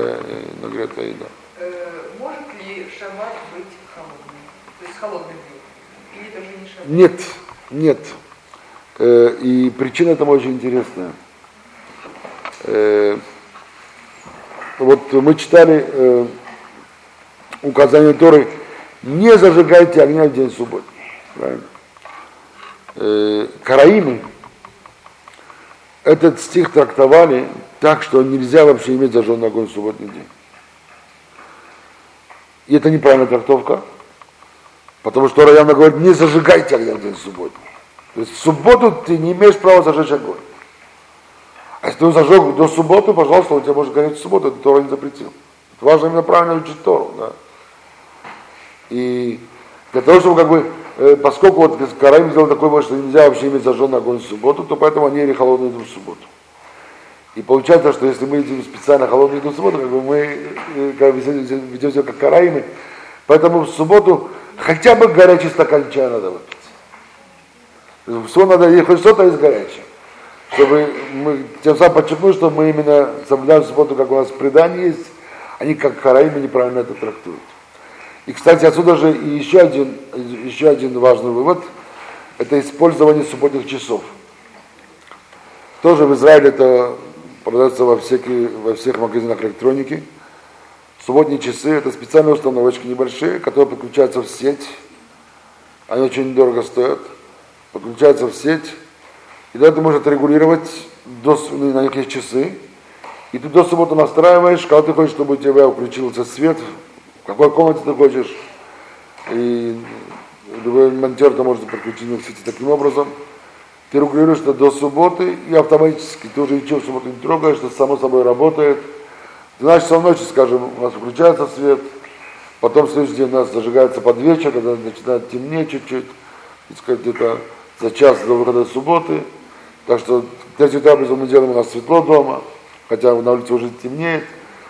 еда. Может ли шаббат быть холодным? То есть холодным блюдом? Или даже не шаббат? Нет. И причина этому очень интересная. Вот мы читали указание Торы: не зажигайте огня в день субботний. Караимы этот стих трактовали так, что нельзя вообще иметь зажженный огонь в субботний день. И это неправильная трактовка, потому что Тора явно говорит: не зажигайте огня в день субботний. То есть в субботу ты не имеешь права зажечь огонь. А если ты зажег до субботы, пожалуйста, у тебя может гореть в субботу, это Тора не запретил. Это важно именно правильно учить Тору. Да? И для того, чтобы поскольку вот Караим сделал такой вывод, что нельзя вообще иметь зажженный огонь в субботу, то поэтому они ели холодную еду в субботу. И получается, что если мы едим специально холодную еду в субботу, мы ведем себя как Караимы, поэтому в субботу хотя бы горячий стакан чая надо выпить. Всего надо есть хоть что-то из горячего. Чтобы мы тем самым подчеркнуть, что мы именно соблюдаем субботу, как у нас в предании есть, они как Караимы неправильно это трактуют. И, кстати, отсюда же и еще один важный вывод – это использование субботних часов. Тоже в Израиле это продается во всех магазинах электроники. Субботние часы – это специальные установочки небольшие, которые подключаются в сеть. Они очень дорого стоят. Подключаются в сеть. И тогда ты можешь регулировать, на них есть часы. И ты до субботы настраиваешь, когда ты хочешь, чтобы у тебя включился свет, в какой комнате ты хочешь. И любой монтер ты может подключить к сети таким образом. Ты регулируешь это до субботы, и автоматически ты уже ничего в субботу не трогаешь, это само собой работает. 12 часов ночи, скажем, у нас включается свет, потом в следующий день у нас зажигается под вечер, когда начинает темнеть чуть-чуть, где-то за час до выхода субботы. Так что 3 утра мы делаем, у нас светло дома, хотя на улице уже темнеет.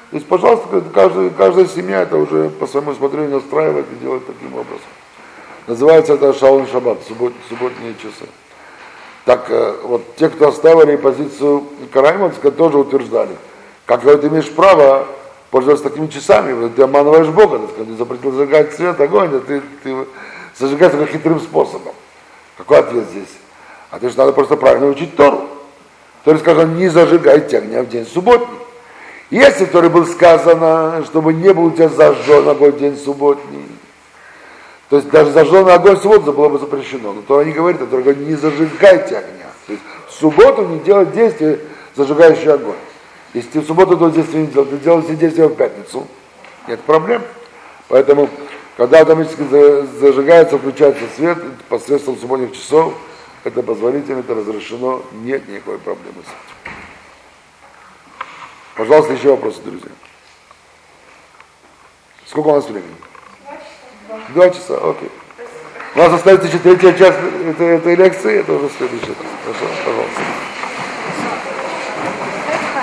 То есть, пожалуйста, каждая семья это уже по своему усмотрению настраивает и делает таким образом. Называется это шаун шаббат, субботние часы. Так вот те, кто оставили позицию Карайманска, тоже утверждали. Как говорят, ты имеешь право пользоваться такими часами, ты обманываешь Бога, так сказать, ты запретил зажигать свет, огонь, а ты зажигаешь таким хитрым способом. Какой ответ здесь? Ответ, что надо просто правильно учить Тору. То есть сказано, не зажигайте огня в день субботний. Если в Торе было сказано, чтобы не был у тебя зажжен огонь в день субботний, то есть даже зажженный огонь в субботу было бы запрещено. Но Тора не говорит, а Тора говорит, не зажигайте огня. То есть в субботу не делать действие, зажигающий огонь. Если ты в субботу это действие не делал, ты делал все действия в пятницу, нет проблем. Поэтому, когда автоматически зажигается, включается свет посредством субботних часов, это позволительно, это разрешено, нет никакой проблемы с этим. Пожалуйста, еще вопросы, друзья. Сколько у нас времени? 2 часа, окей. У нас остается еще 3-я часть этой лекции, это уже следующая. Хорошо, пожалуйста.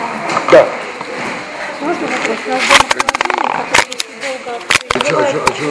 Да. Можно вопрос? У нас дома холодильник, который очень долго...